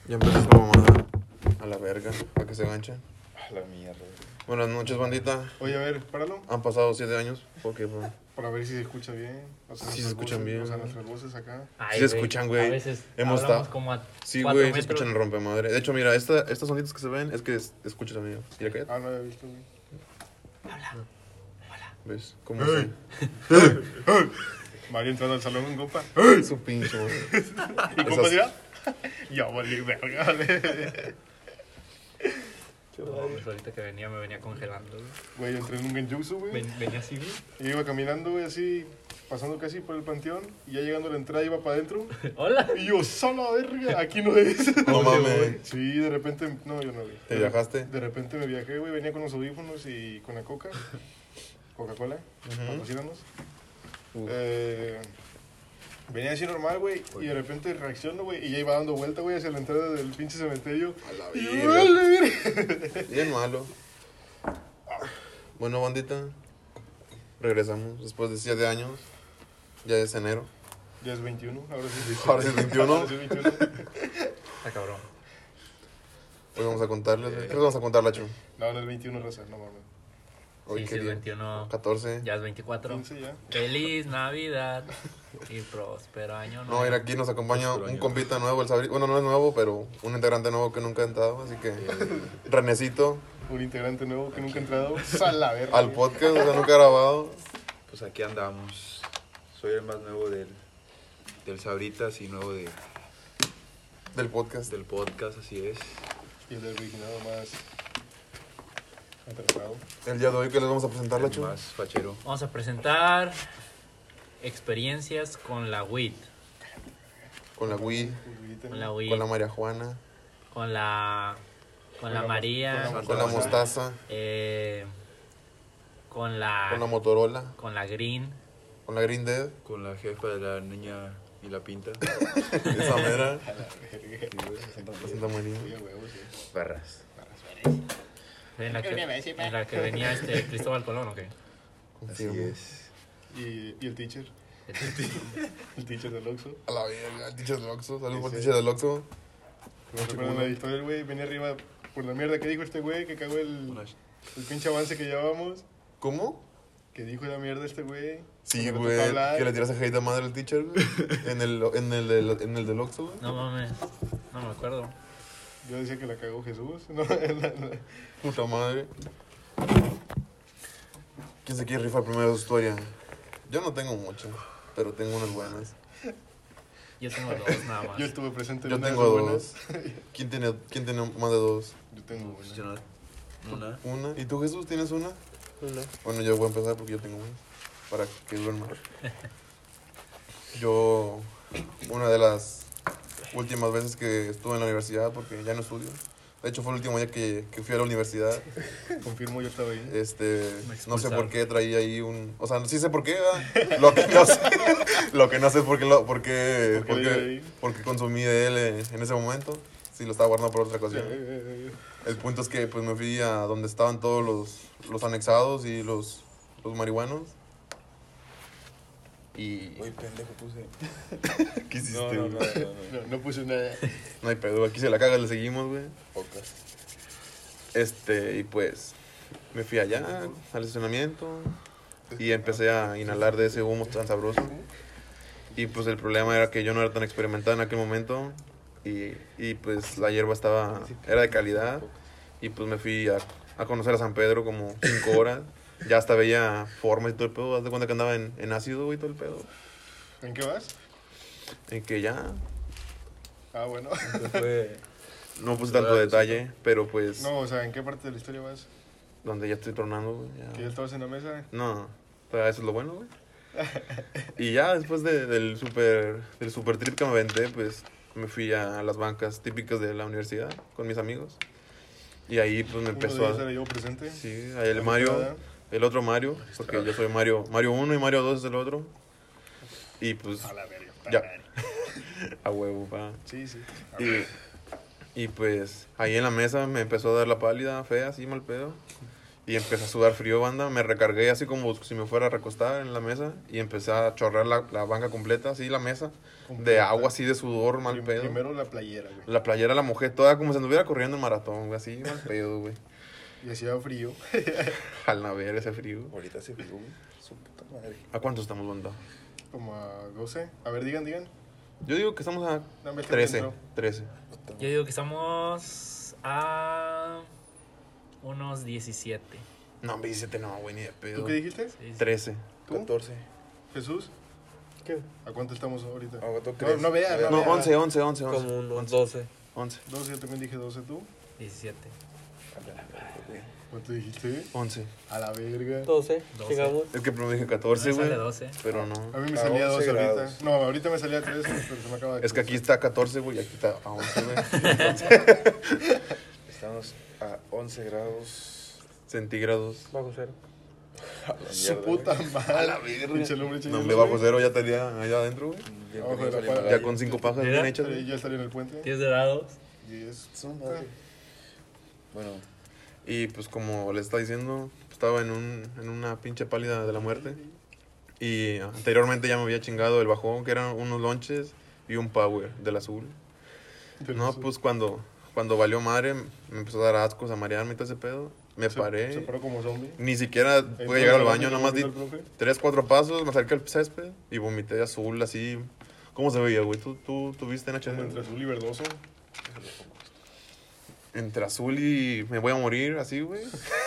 Ya empezó esta mamada. A la verga, para que se ganchen. A la mierda. Buenas noches, bandita. Oye, a ver, páralo. Han pasado 7 años. Porque, Para ver si se escucha bien. O sea, Sí se escuchan voces, bien. O sea, nuestras voces acá. Sí se escuchan, güey. A veces Hemos hablamos estado- como a sí, 4 güey, se metros. escuchan el rompemadre. De hecho, mira, estas sonitas que se ven es que escuchas a mí. Mira, ¿qué? Ah, no había visto, güey. ¿Ves? ¿Cómo se? Mario entrando al salón en compa. Su pinche, güey. ¿Y compa dirá? Ya, vale, verga, vale. No, pues ahorita que venía me venía congelando. Güey. Güey, entré en un genjutsu, güey. Venía así, güey. Y iba caminando, güey, así, pasando casi por el panteón. Y ya llegando a la entrada iba para adentro. Hola. Y yo, solo verga, aquí no es. No mames. Sí, de repente, no, yo no vi. ¿Te viajaste? De repente me viajé, güey, venía con los audífonos y con la Coca-Cola, patrocínanos. Venía así normal, güey, y de repente reacciono, güey, y ya iba dando vuelta, güey, hacia la entrada del pinche cementerio. A la Y yo, verga. "Vale, verga". Bien malo. Bueno, bandita. Regresamos después de 7 años. Ya es enero. Ya es 21, ahora sí. Ahora sí es 21. Ahora sí es 21. Está cabrón. Hoy vamos a contarles. ¿Qué les vamos a contar, Lacho? No, no es 21, raza, no mames. Hoy Sí, qué sí, es día? 21. 14. Ya es 24. 15 ya. Feliz Navidad y próspero año No, nuevo. mira, aquí nos acompaña un compita nuevo, el Sabri. Bueno, no es nuevo, pero un integrante nuevo que nunca ha entrado, así que Renecito Un integrante nuevo que nunca ha entrado. Sala, verga. al podcast, o sea, nunca ha grabado. Pues aquí andamos. Soy el más nuevo del Sabritas y nuevo Del podcast. del podcast, así es. Y el del originado más atrasado. El día de hoy, ¿qué les vamos a presentar, El Lacho? más fachero. Vamos a presentar experiencias con la weed. Con la Wii, Con la weed. con la María Juana, Con la María. con la Mostaza, Con la con la Motorola, con la Green. con la Green Dead, Con la jefa de la niña y la pinta. esa mera, A la verga. la Santa María. Sí, a huevo, sí. Barras. En la que venía Cristóbal Colón, ¿o qué? Así Confirmo. es. Y el teacher. El teacher del Oxxo. A la verga, el teacher del Oxxo. Saludos por el Sí. teacher del Oxxo. No se acuerdan la historia del güey, venía arriba por la mierda que dijo este güey, que cagó el pinche avance que llevábamos. ¿Cómo? Que dijo la mierda este güey. Sí, Cuando le güey, tocó hablar. que le tiraste hate a madre al teacher, güey. En el del Oxxo, güey. No mames, no me acuerdo. Yo decía que la cagó Jesús. No, Puta madre. ¿Quién se quiere rifar primero su historia? Yo no tengo mucho, pero tengo unas buenas. Yo tengo dos nada más. yo estuve presente en Yo una de tengo esas dos. buenas. ¿Quién tiene más de dos? Yo tengo una. Yo no. Una. ¿Y tú, Jesús, tienes una? Una. Bueno, yo voy a empezar porque yo tengo una. Para que duren más. Yo, una de las últimas veces que estuve en la universidad, porque ya no estudio. De hecho, fue el último día que fui a la universidad. Confirmo, yo estaba ahí. No sé expulsaron. por qué traía ahí un... O sea, sí sé por qué, ¿verdad? Lo que no sé, lo que no sé es por qué, ¿Por qué le dio ahí? porque consumí de él en ese momento. Sí, lo estaba guardando por otra ocasión. Eh, El punto es que pues me fui a donde estaban todos los anexados y los marihuanos. Y... Uy, pendejo puse. ¿Qué hiciste, No, güey? No puse nada. No hay pedo, aquí se la caga, le seguimos, güey. Pocas. Y pues me fui allá al estacionamiento y empecé a inhalar de ese humo tan sabroso. Y pues el problema era que yo no era tan experimentado en aquel momento y pues la hierba era de calidad y pues me fui a conocer a San Pedro como 5 horas. Ya hasta veía formas y todo el pedo. Haz de cuenta que andaba en ácido, güey, todo el pedo. ¿En qué vas? En que ya Ah, bueno. Fue. no puse tanto detalle, pero pues No, o sea, ¿en qué parte de la historia vas? donde ya estoy tronando, güey. ya. ¿Que ya estabas en la mesa? No, pero eso es lo bueno, güey. Y ya después del super trip que me aventé, pues me fui a las bancas típicas de la universidad con mis amigos. Y ahí pues me Uno de empezó ellos a... era yo presente. Sí, ahí el Mario, el otro Mario, porque yo soy Mario 1 y Mario 2 es el otro. Y pues A la verga. ya, a huevo, pa. Sí, sí. Y pues ahí en la mesa me empezó a dar la pálida fea, así mal pedo. Y empecé a sudar frío, banda. Me recargué así como si me fuera a recostar en la mesa. Y empecé a chorrear la banca completa, así la mesa. De agua, así de sudor, mal pedo. Primero la playera, güey. La playera la mojé toda como si anduviera corriendo en maratón, güey. Así, mal pedo, güey. Y hacía frío. Al navegar ese frío. Ahorita hace frío, güey. Su puta madre. ¿A cuánto estamos, banda? Como a 12. A ver, digan. Yo digo que estamos a Dame 13. dentro. 13. Yo digo que estamos a unos 17. No, 17 no, güey, ni de pedo. ¿Tú qué dijiste? Sí. 13. ¿Tú? 14. ¿Jesús? ¿Qué? ¿A cuánto estamos ahorita? ¿Tú No, crees? no vea, No, 11. Como unos 12. 11. 12, yo también dije 12, ¿tú? 17. ¿Cuánto dijiste? 11. A la verga. 12. 12. Llegamos. Es que primero dije 14, No, güey. sale 12. Pero no. A mí me A salía 11 12 ahorita. grados. No, ahorita me salía 13, pero se me acaba de... Es que aquí está 14, güey, y aquí está a 11, güey. Estamos a 11 grados. Centígrados. Bajo cero. A la Su mierda, puta güey. madre. A la verga. Pinche hombre No, chingón, me bajo cero ya estaría allá adentro, güey. Bienvenidos Abajo de la al pala. Himalaya. Ya con 5 pajas Mira. bien hechas, Ahí güey. ya estaría en el puente. 10 grados. 10. Su madre. Bueno, Y pues como les estaba diciendo, estaba en una pinche pálida de la muerte. Y anteriormente ya me había chingado el bajón, que eran unos lonches y un power del azul. No, pues cuando valió madre, me empezó a dar ascos, a marearme y todo ese pedo. Me paré. Se paró como zombie. Ni siquiera pude llegar al baño, nada más di 3, 4 pasos, me acerqué al césped y vomité azul, así. ¿Cómo se veía, güey? ¿Tú viste en Entre HD? azul y verdoso. Entre azul y me voy a morir, así, güey.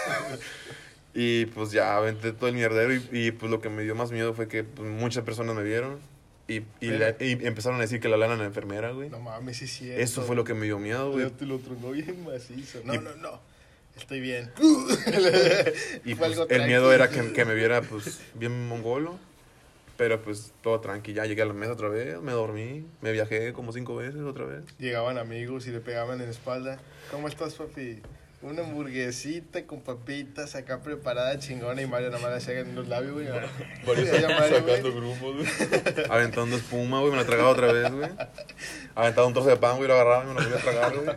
Y pues ya aventé todo el mierdero y pues lo que me dio más miedo fue que pues, muchas personas me vieron y empezaron a decir que la lana era enfermera, güey. No mames, sí es cierto. Eso fue lo que me dio miedo, güey. Ya te lo tronó bien macizo. No, Y- no. Estoy bien. Y Fue pues, algo el miedo tranqui. era que me viera pues bien mongolo. Pero pues todo tranqui, ya llegué a la mesa otra vez, me dormí, me viajé como 5 veces otra vez. Llegaban amigos y le pegaban en la espalda. ¿Cómo estás, papi? Una hamburguesita con papitas acá preparada chingona y Mario nada más le hacía en los labios, güey. sacando grupos, güey. Aventando espuma, güey, me la tragaba otra vez, güey. Aventaba un trozo de pan, güey, lo agarraba y me lo volvía a tragar, güey.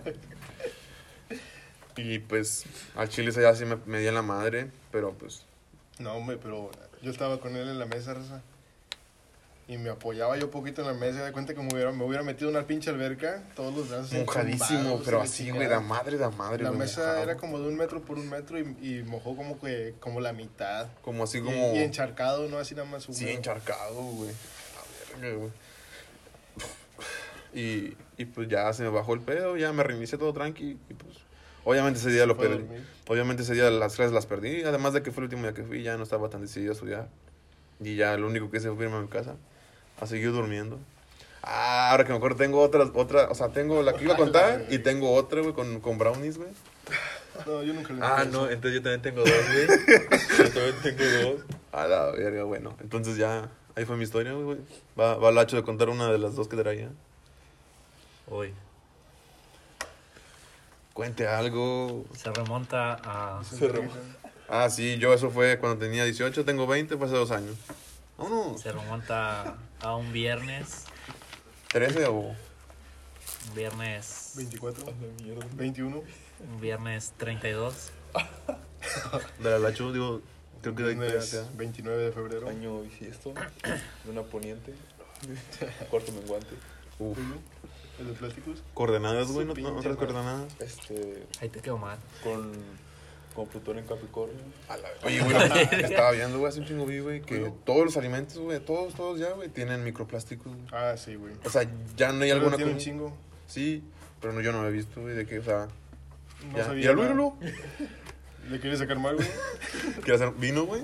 Y pues al chile ese ya sí me di en la madre, pero pues No, hombre, pero yo estaba con él en la mesa, raza. Y me apoyaba yo poquito en la mesa. De cuenta que me hubiera metido en una pinche alberca. Todos los brazos mojadísimo, entumbados, pero y la así, chingada. güey, la madre, La güey, mesa mojado. era como de 1 metro por 1 metro y mojó como la mitad. Como así, Y- como... Y encharcado, ¿no? Así nada más húmedo. Sí, encharcado, güey. A verga, güey. Y pues ya se me bajó el pedo, ya me reinicié todo tranqui. Y pues, obviamente ese día lo Fue a perdí. dormir. Obviamente ese día las clases las perdí. Además de que fue el último día que fui, ya no estaba tan decidido a estudiar. Y ya lo único que hice fue irme a mi casa a seguir durmiendo. Ah, ahora que me acuerdo, tengo otra, o sea, tengo la que iba a contar y tengo otra, güey, con brownies, güey. No, yo nunca le Ah, dije no, eso. entonces yo también tengo 2, güey. Yo también tengo 2. A la verga, bueno. Entonces ya, ahí fue mi historia, güey. Va Lacho de contar una de las dos que traía. Uy. Cuente algo. Se remonta a... Ah, sí, yo eso fue cuando tenía 18, tengo 20, fue hace 2 años. Vámonos. Se remonta a un viernes. 13 o... Un viernes... 24, 21. Un viernes 32. De la Lacho, digo, creo que de ahí Viernes queda. 29 de febrero. Año bisiesto. De una poniente. Cuarto menguante. Uf. ¿El de plásticos? Coordenadas, güey, Su no pinche otras madre. coordenadas. Ahí te quedó mal. Con Plutón en Capricornio. Oye, güey, estaba viendo, güey, hace un chingo vi, güey, que todos los alimentos, güey, todos ya, güey, tienen microplásticos, güey. Ah, sí, güey. O sea, ya no hay Pero alguna tiene un cosa. chingo. Sí, pero no, yo no me he visto, güey, de que, o sea, No ya. sabía. Míralo, nada. míralo. ¿Le quieres sacar mal, güey? ¿Quieres hacer vino, güey?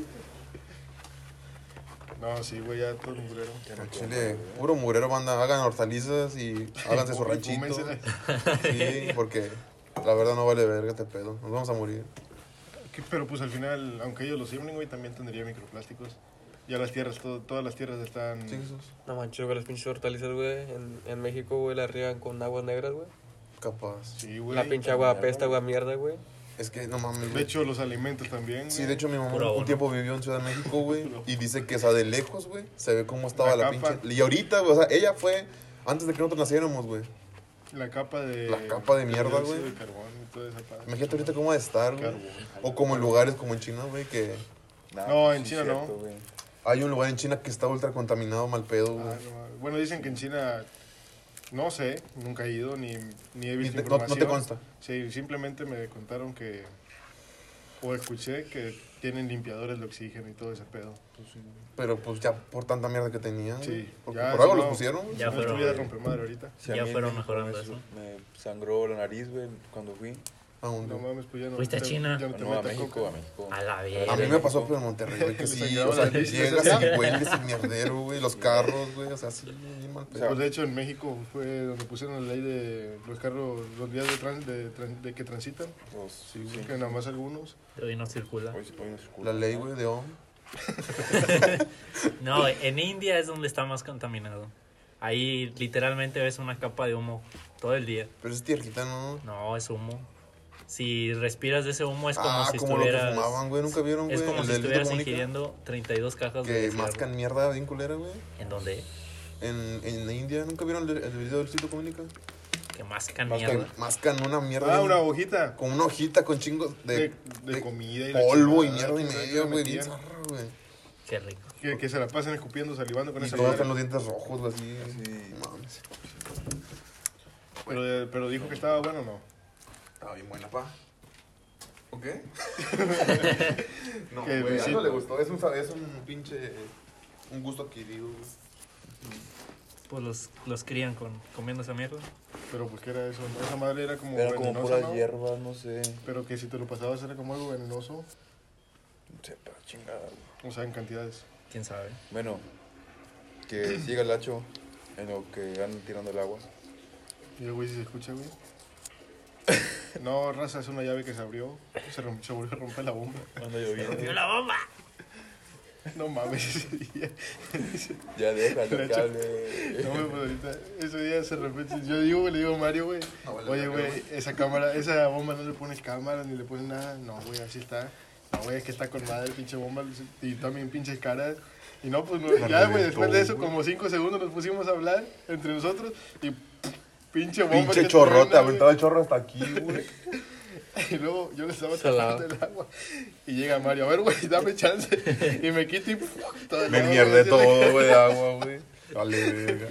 No, sí, güey, ya todo mugrero. Al chile, puro mugrero, banda. Hagan hortalizas y háganse su Y ranchito. fúmensela. Sí, porque la verdad no vale verga este pedo. Nos vamos a morir. Pero pues al final, aunque ellos lo siembren, güey, también tendría microplásticos. Ya las tierras, todas las tierras están... Sí, Jesús. No manches, güey, las pinches hortalizas, güey. En México, güey, las riegan con aguas negras, güey. Capaz. Sí, güey. La pinche agua apesta, agua mierda, güey. Es que no mames, De güey. hecho, los alimentos también, Sí, güey. de hecho mi mamá Puro abono. un tiempo vivió en Ciudad de México, güey. Y dice que, o sea, de lejos, güey, se ve cómo estaba La la capa. pinche... Y ahorita, güey, o sea, ella fue antes de que nosotros naciéramos, güey. La capa de... La capa de mierda, dióxido güey. de carbón y toda esa parte. Imagínate ahorita cómo va a estar, güey. Carbón. O como en lugares como en China, güey, que Nah, No, pues en sí, China no. cierto, güey. hay un lugar en China que está ultra contaminado, mal pedo, güey. No, bueno, dicen que en China... No sé, nunca he ido ni he Ni visto te- información. no te consta. Sí, simplemente me contaron que... O escuché que tienen limpiadores de oxígeno y todo ese pedo. Pero pues ya por tanta mierda que tenían, güey. Sí, Porque ya, por algo si los no- pusieron. Ya no fueron, estuviera güey. romper madre ahorita. Sí, a Ya mí fueron en mejorando México eso. Me sangró la nariz, güey, cuando fui. ¿A dónde? No mames, pues ya no. ¿Fuiste a China? Ya no te No, a metas México, coca. a México. A la A verga. mí me pasó pero en Monterrey, güey, que Me sí, sangraba o sea, la nariz. llegas y hueles el mierdero, güey, los carros, güey, o sea, sí, bien mal pedo. Pues de hecho en México fue donde pusieron la ley de los carros, los días de que transitan, Pues, sí, sí. que nada más algunos. De hoy no circula. Hoy no circula. La ley, güey, de OM. No, en India es donde está más contaminado. Ahí literalmente ves una capa de humo todo el día. Pero es tierrita, ¿no? No, es humo. Si respiras de ese humo es como Ah, si como lo que estuvieras... fumaban, güey, nunca vieron, güey. Es como el si del Luisito estuvieras Comunica, ingiriendo 32 cajas de que cigarro. mascan mierda bien culera, güey. ¿En dónde? En India, ¿nunca vieron el video del Luisito Comunica? Que mascan Mascan- mierda. Mascan una mierda. Ah, bien- una hojita Con una hojita con chingos de de comida y la polvo y chingada, mierda y que medio, güey, bien metían. zarra, güey. Qué rico. Que se la pasan escupiendo, salivando con Y esa todos madre. están los dientes rojos, güey, así. Sí. No mames. Pero dijo que estaba bueno o no. Estaba bien buena, pa. ¿O qué? No, Que güey, a sí. no le gustó. Es un pinche... Un gusto adquirido, güey. Pues los crían comiendo esa mierda. Pero pues que era eso, ¿no? Esa madre era como Era como venenosa, puras ¿no? hierbas, no sé. Pero que si te lo pasabas era como algo venenoso, No sé, pero chingada, güey. o sea, en cantidades. ¿Quién sabe? Bueno, que siga el hacho en lo que van tirando el agua. Y el güey si se escucha, güey. No, raza, es una llave que se abrió, se volvió a romper la bomba. Anda lloviendo. ¡Dio la bomba! No mames, ese día. Ya déjalo, La que hable. No me puedo ahorita. Ese día se repite. Yo digo, güey, le digo a Mario, güey. No, vale, Oye, vale, güey, esa bomba no le pones cámara ni le pones nada. No, güey, así está. No, güey, es que está con madre, pinche bomba. Y también pinches caras. Y no, pues no, ya, güey, después de eso, como 5 segundos nos pusimos a hablar entre nosotros. Y pinche bomba. Pinche que chorrote, truena, aventaba el chorro hasta aquí, güey. güey. Y luego yo le estaba Salado. tapando el agua. Y llega Mario, a ver, güey, dame chance. Y me quito y todo el Me agua, mierdé güey, todo, güey, de agua, güey. Vale, verga.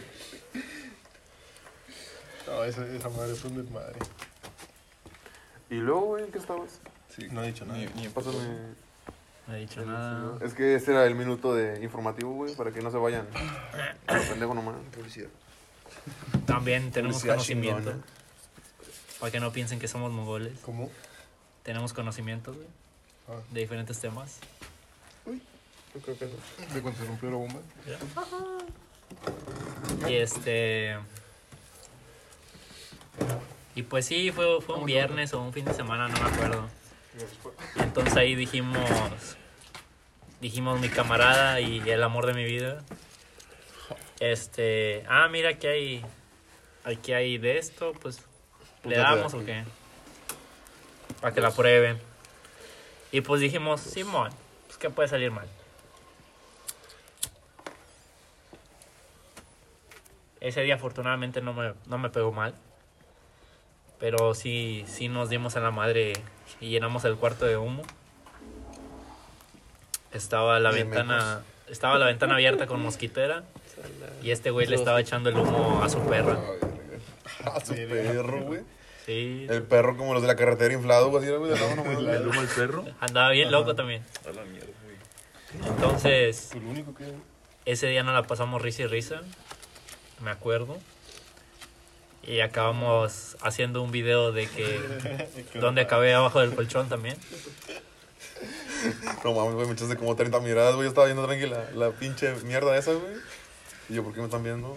No, esa madre fue un desmadre. ¿Y luego, güey, en qué estabas? Sí. No he dicho nada. Ni Pásame. No he dicho nada. Es que este era el minuto de informativo, güey, para que no se vayan a lo pendejo nomás. publicidad. También tenemos Publicidad conocimiento. chingona. Para que no piensen que somos mongoles. ¿Cómo? Tenemos conocimiento, güey, Ah, de diferentes temas. Yo creo que no. ¿de cuando se rompió la bomba? Y Y pues sí, fue un viernes o un fin de semana, no me acuerdo. Y entonces ahí dijimos mi camarada y el amor de mi vida. Mira, aquí hay de esto, pues, ¿le damos o qué? Para que la prueben. Y pues dijimos, Simón, pues, ¿qué puede salir mal? Ese día afortunadamente no me pegó mal. Pero sí nos dimos a la madre y llenamos el cuarto de humo. Estaba la ventana abierta con mosquitera. Y este güey le estaba echando el humo a su perra. A su perro, güey. Sí, El perro como los de la carretera inflado, güey, así, güey, de lado nomás. ¿El humo al perro? andaba bien loco también. A la mierda, güey. Entonces, Pues lo único que... ese día nos la pasamos risa y risa. Me acuerdo. Y acabamos haciendo un video de que donde acabé abajo del colchón también. No mames, güey, me echaste como 30 miradas, güey. Yo estaba viendo tranquila la pinche mierda esa, güey. Y yo, ¿por qué me están viendo?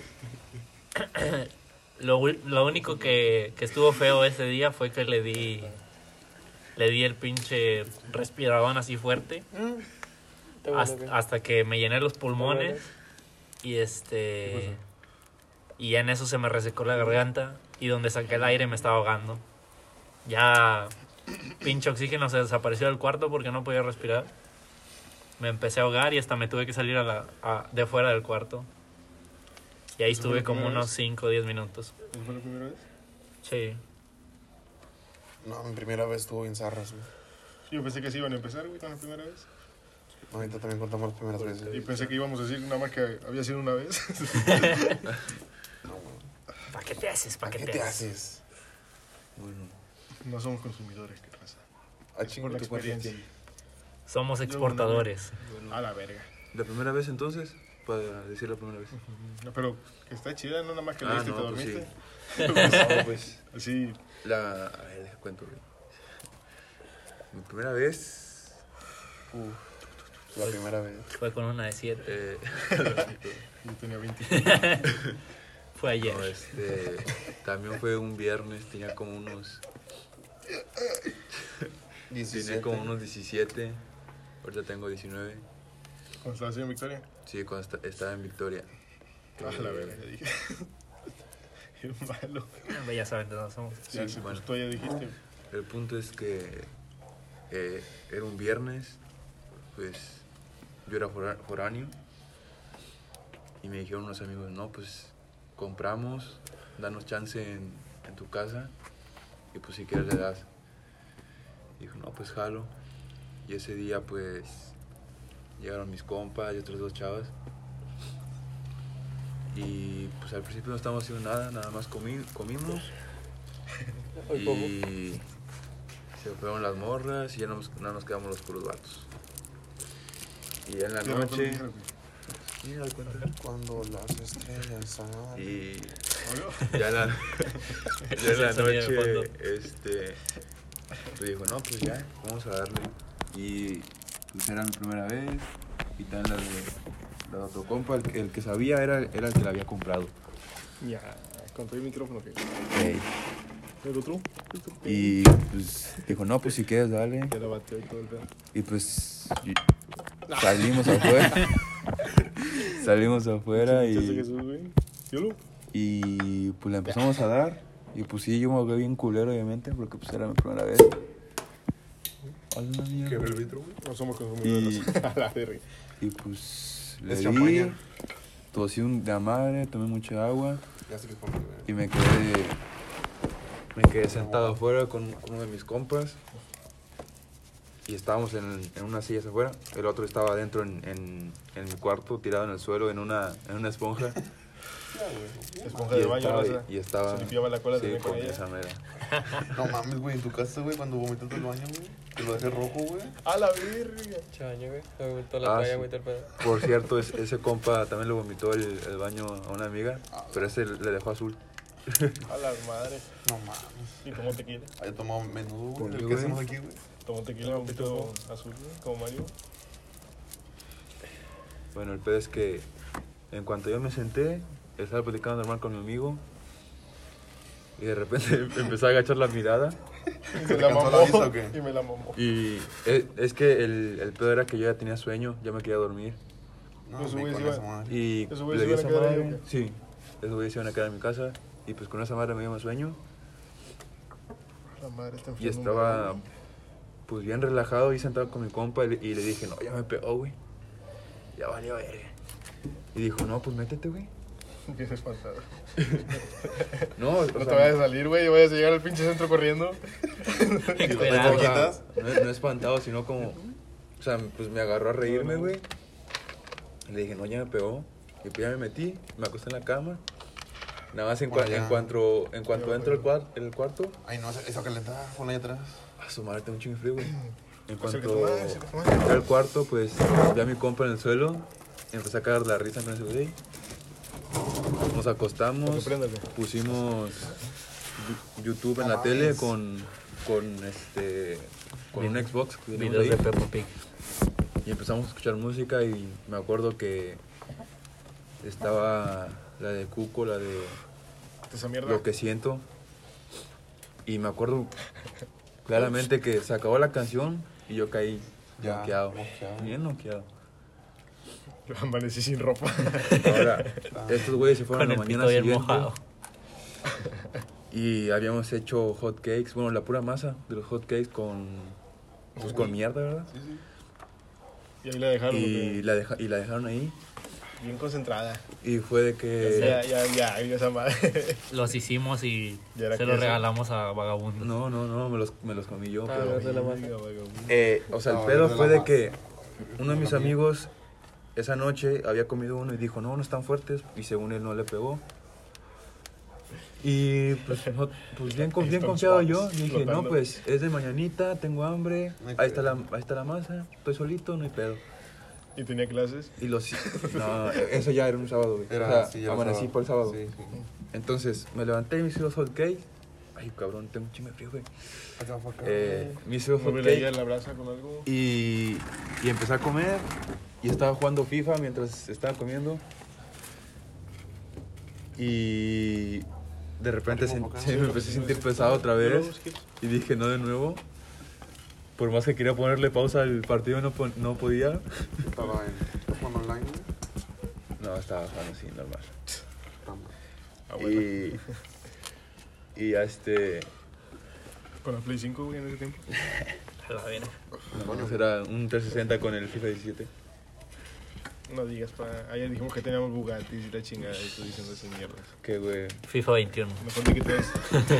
Lo único que estuvo feo ese día fue que le di el pinche respiradón así fuerte Está bueno, ¿qué? hasta que me llené los pulmones y y ya en eso se me resecó la garganta y donde saqué el aire me estaba ahogando. Ya pinche oxígeno se desapareció del cuarto porque no podía respirar. Me empecé a ahogar y hasta me tuve que salir de fuera del cuarto. Y ahí ¿Eso fue estuve la como primera unos vez? 5 o 10 minutos. ¿Esa fue la primera vez? Sí. No, mi primera vez estuvo bien zarras, güey. Yo pensé que sí iban a empezar, güey, con la primera vez. Ahorita también contamos las primeras veces. Y pensé que íbamos a decir nada más que había sido una vez. No, güey. ¿Para qué te haces? ¿Para ¿Qué qué te te haces? haces? Bueno, No somos consumidores, qué raza. Ah, chingo, Por la ¿tú cuántos experiencia. tienes? Somos exportadores. A la verga. la primera vez entonces, para decir la primera vez. No, pero que está chida, no nada más que Ah, leíste y te no, pues dormiste. No, pues Así, a ver, deja cuento, güey. Mi primera vez, La primera vez. Fue con una de 7. yo tenía 20. Fue ayer. no, también fue un viernes, tenía como unos 17, ahorita tengo 19. Cuando estabas en Victoria. Sí, cuando estaba en Victoria. Ah, la verga, ya dije. Es malo. Ya saben de dónde somos. Ya, sí, bueno. pues tú ya dijiste. El punto es que era un viernes, pues yo era foráneo y me dijeron unos amigos, no, pues compramos, danos chance en tu casa y pues si quieres le das. Dijo, no, pues jalo. Y ese día pues llegaron mis compas y otras 2 chavas. Y pues al principio no estábamos haciendo nada más comimos. Y se fueron las morras y ya nada nos quedamos los puros vatos. Y en la Sí, noche... recuerdo, Sí, me doy cuenta. Cuando las estrellas salen. Y ¿no? ya en la el sonido de fondo. noche, pues dijo, no, pues ya, vamos a darle. Y pues era mi primera vez. Y también la de otro compa, el que sabía era el que la había comprado. Ya, con todo el micrófono que. Ey. ¿El otro? Y pues dijo, no, pues si quieres, dale. Ya lo batió y todo el pedo. Y pues salimos afuera. Salimos afuera ¿Escuchaste y, Jesús, güey? ¿Yolo? y pues la empezamos a dar. Y pues sí, yo me ahogué bien culero, obviamente, porque pues era mi primera vez. Hola, mierda. ¿Qué el vitro, güey? No somos consumidores. Y- A la verga. Y pues le Es di, champaña. tosí de la madre, tomé mucha agua Ya sé que es por güey. y me quedé sentado afuera con uno de mis compas. Y estábamos en unas sillas afuera. El otro estaba adentro en mi cuarto, tirado en el suelo, en una esponja. Esponja de baño, raza. y estaba Se limpiaba la cola sí, también con con ella. esa mera. No mames, güey, en tu casa, güey, cuando vomitaste el baño, güey. Que lo dejé rojo, güey. A la verga. Chaño, güey. Me vomitó la toalla, sí. güey, todo el pedo. Por cierto, ese compa también le vomitó el baño a una amiga, pero ese le dejó azul. A la madre. No mames. Y tomó tequila. Haya tomado menudo, güey. ¿Por qué, El que güey? hacemos aquí, güey. Tomó tequila, un poquito azul, güey, como Mario. Bueno, el pedo es que en cuanto yo me senté, estaba platicando normal con mi amigo y de repente empezó a agachar la mirada. Y ¿Se me te la cansó mamó. la vista o qué? Y me la mamó. Y es que el pedo era que yo ya tenía sueño, ya me quería dormir. No, Pues, me güey, con sí, esa va. madre. Y ¿Esos güeyes le se di iban a esa quedar ahí madre. o qué? Sí, esos güeyes se iban a quedar en mi casa y pues con esa madre me dio más sueño. La madre está Y enferma. estaba pues bien relajado y sentado con mi compa y le dije, no, ya me pegó, güey. Ya valió verga. Y dijo, no, pues métete, güey. Bien espantado. No, No te vayas a salir, güey, y vayas a llegar al pinche centro corriendo. Encuerado. o sea, no espantado, sino como, o sea, pues me agarró a reírme, güey. Y le dije, no, ya me pegó. Y pues ya me metí, me acosté en la cama. Nada más en Por allá. cuanto entro el cuarto, Ay, no, esa calentada, ponla ahí atrás. a su madre, tengo un chingo de frío, güey. En Acércate cuanto más, acércate más. entré al cuarto, pues vi a mi compa en el suelo. Y empecé a cagar la risa con ese güey. Nos acostamos, Préndale. pusimos YouTube en No la tele mames. con un Xbox que teníamos Videos de ahí. Peppa Pig. Y empezamos a escuchar música y me acuerdo que estaba la de Cuco, la de Esa mierda. Lo que siento. Y me acuerdo claramente que se acabó la canción y yo caí Ya, noqueado. noqueado. Bien noqueado. Yo amanecí sin ropa. Ahora, estos güeyes se fueron Con la el mañana pito bien siguiente mojado. y habíamos hecho hot cakes, bueno, la pura masa de los hot cakes con pues con mierda, ¿verdad? Sí, sí. Y ahí la dejaron. Y porque- la dejaron ahí Bien concentrada. Y fue de que... Ya, esa madre. Los hicimos y Ya era se los queso. regalamos a vagabundos. No, me los comí yo. Ah, Pero, de la masa. o sea, el No, pedo de la fue de masa. que uno de mis amigos esa noche había comido uno y dijo, no están fuertes. Y según él no le pegó. Y pues, pues bien confiado yo. Y dije, no, pues es de mañanita, tengo hambre. No hay Ahí está la masa. Estoy solito, no hay pedo. ¿Y tenía clases? Y los... No, eso ya era un sábado, güey. Era, O sea, sí, era amanecí sábado. por el sábado. Sí, sí. Entonces, me levanté y me hice los hot cakes. Ay, cabrón, tengo un chingo de frío, güey. Acá fue acá. Me hice los hot Muévele ahí a cakes la brasa con algo. y empecé a comer. Y estaba jugando FIFA mientras estaba comiendo. Y de repente me empecé a sentir pesado otra vez. Y dije, no de nuevo. Por más que quería ponerle pausa al partido, no podía. Estaba en jugando online. No, estaba jugando así, normal. Ah, bueno. Y a Con la Play 5, güey, en ese tiempo. A la verga. no, era un 360 con el FIFA 17. No digas, ayer dijimos que teníamos Bugatti y la chingada y tú diciendo esas mierdas. Que, güey. FIFA 21. Mejor di que te des.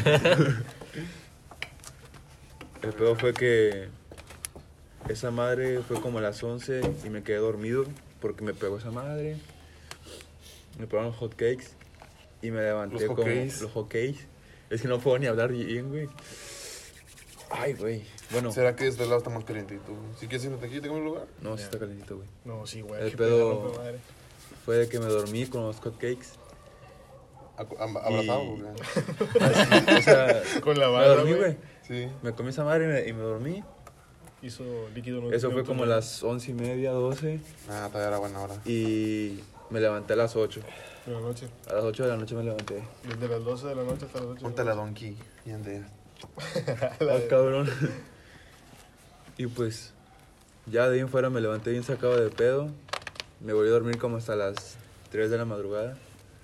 El peor fue que esa madre fue como a las 11 y me quedé dormido porque me pegó esa madre. Me pegaron hot cakes y me levanté Los hot como cakes. los hot cakes. Es que no puedo ni hablar bien, güey. Ay, güey. Bueno, ¿Será que este lado está más calientito? Si quieres irte aquí, tengo un lugar. no, sí está calentito, güey. No, sí, güey. El qué pedo- pedo, madre. Fue de que me dormí con los hot cakes. Abrazado, Y- güey. O sea, Con la me barra, dormí, güey. Sí. Me comí esa madre y me dormí. Hizo líquido. no- Eso fue no- como a las 11:30, 12. Ah, todavía era buena hora. Y me levanté a las 8. De la noche. A las 8 de la noche me levanté. Desde las 12 de la noche hasta las 8. Ponte la donkey y ande. Ah, cabrón. Y pues, ya de ahí en fuera me levanté bien sacado de pedo. Me volví a dormir como hasta las 3 de la madrugada.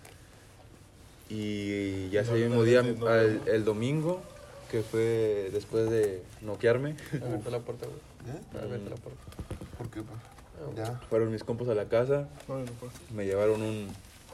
Y ya ese mismo día, el domingo, que fue después de noquearme, Abierta la puerta, güey. ¿Eh? Abierta la puerta. ¿Por qué, pa? Ya. fueron mis compas a la casa. No, no puedo. Me llevaron un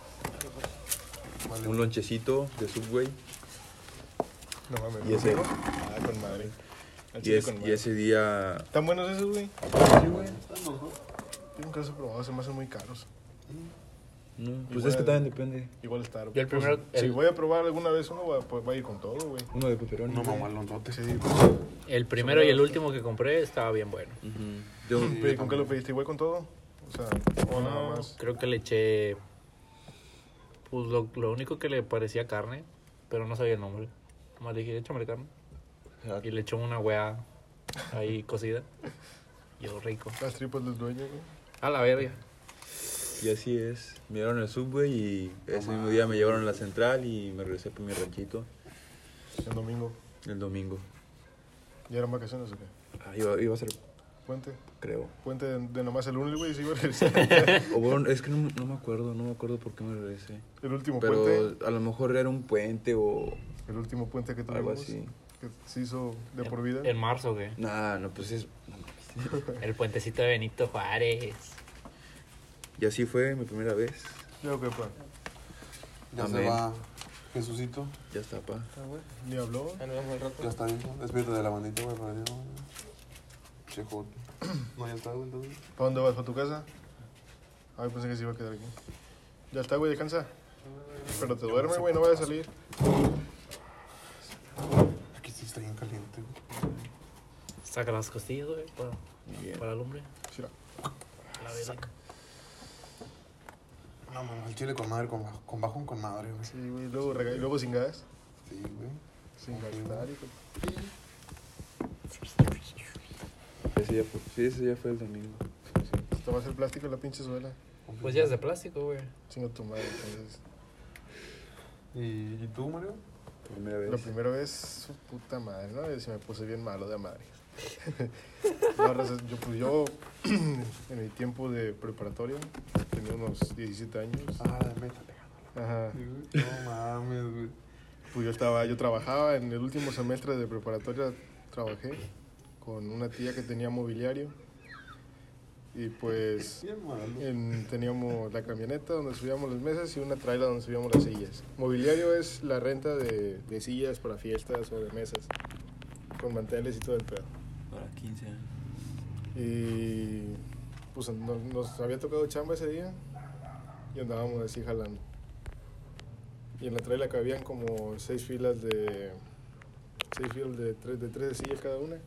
Vale. lonchecito de Subway. No mames. Y ese- Ah, con madre. Al Y, chile con y madre. ese día... ¿Están buenos esos, güey? Sí, güey. Yo nunca los he probado, se me hacen muy caros. No, pues Igual- es que también depende. Igual está. Yo el primero- Si el- voy a probar alguna vez uno, voy a ir con todo, güey. Uno de pepperoni. No, güey. mamá, lonzote. Sí, El primero y el último que compré estaba bien bueno. Ujú. Yo, ¿Con qué lo pediste? ¿Igual con todo? O sea, o nada más. Creo que le eché. Pues lo único que le parecía carne, pero no sabía el nombre. Nomás le dije, échame carne. Y le echó una wea ahí cocida. Yo rico. Las tripas del dueño, güey. A la verga. Y así es. Me dieron el Subway y ese mismo día me llevaron a la central y me regresé por mi ranchito El domingo. el domingo. ¿Ya eran vacaciones o qué? Iba a ser, Puente. creo. Puente de nomás el lunes, güey, sí iba a regresar. O bueno, es que no me acuerdo por qué me regresé. El último Pero puente. a lo mejor era un puente o El último puente que algo tuvimos. así. Que se hizo de por vida. En marzo, ¿qué? Nah, no, pues es... El puentecito de Benito Juárez. Y así fue mi primera vez. Yo qué, pa. Ya Amén. se va Jesucito. Ya está, pa. Ah, güey. Ni habló. Ah, nos vemos al rato. Ya está bien. Despídete de la bandita, güey, para allá. Chejote. No, ya está, güey, entonces. ¿Para dónde vas? ¿Para tu casa? Ay, pensé que se iba a quedar aquí. Ya está, güey, descansa. Pero te duerme, güey, no vayas a salir. Aquí sí está bien caliente, güey. Saca las costillas, güey, para el hombre. Sí, la- A la verga. No, mamá, el chile con madre, con bajón con madre, güey. Sí, güey, y luego sin gas. Sí, güey. Sin gastar y con... Ese ya fue el domingo. Te va a hacer plástico la pinche suela. Pues ya es de plástico, güey. Chinga tu madre, entonces. ¿Y tú, Mario? Primera vez. La primera vez, su puta madre, ¿no? Y se me puse bien malo de madre. No, raza, yo en mi tiempo de preparatoria, tenía unos 17 años. Ah, la meta pegando. Ajá. No mames, güey. Pues yo trabajaba en el último semestre de preparatoria, trabajé con una tía que tenía mobiliario Y pues Bien malo. teníamos la camioneta donde subíamos las mesas y una trailer donde subíamos las sillas. Mobiliario es la renta de sillas para fiestas o de mesas, con manteles y todo el pedo. Para 15 años. Y pues nos había tocado chamba ese día y andábamos así jalando. Y en la trailer cabían como 6 filas de 3 sillas cada una.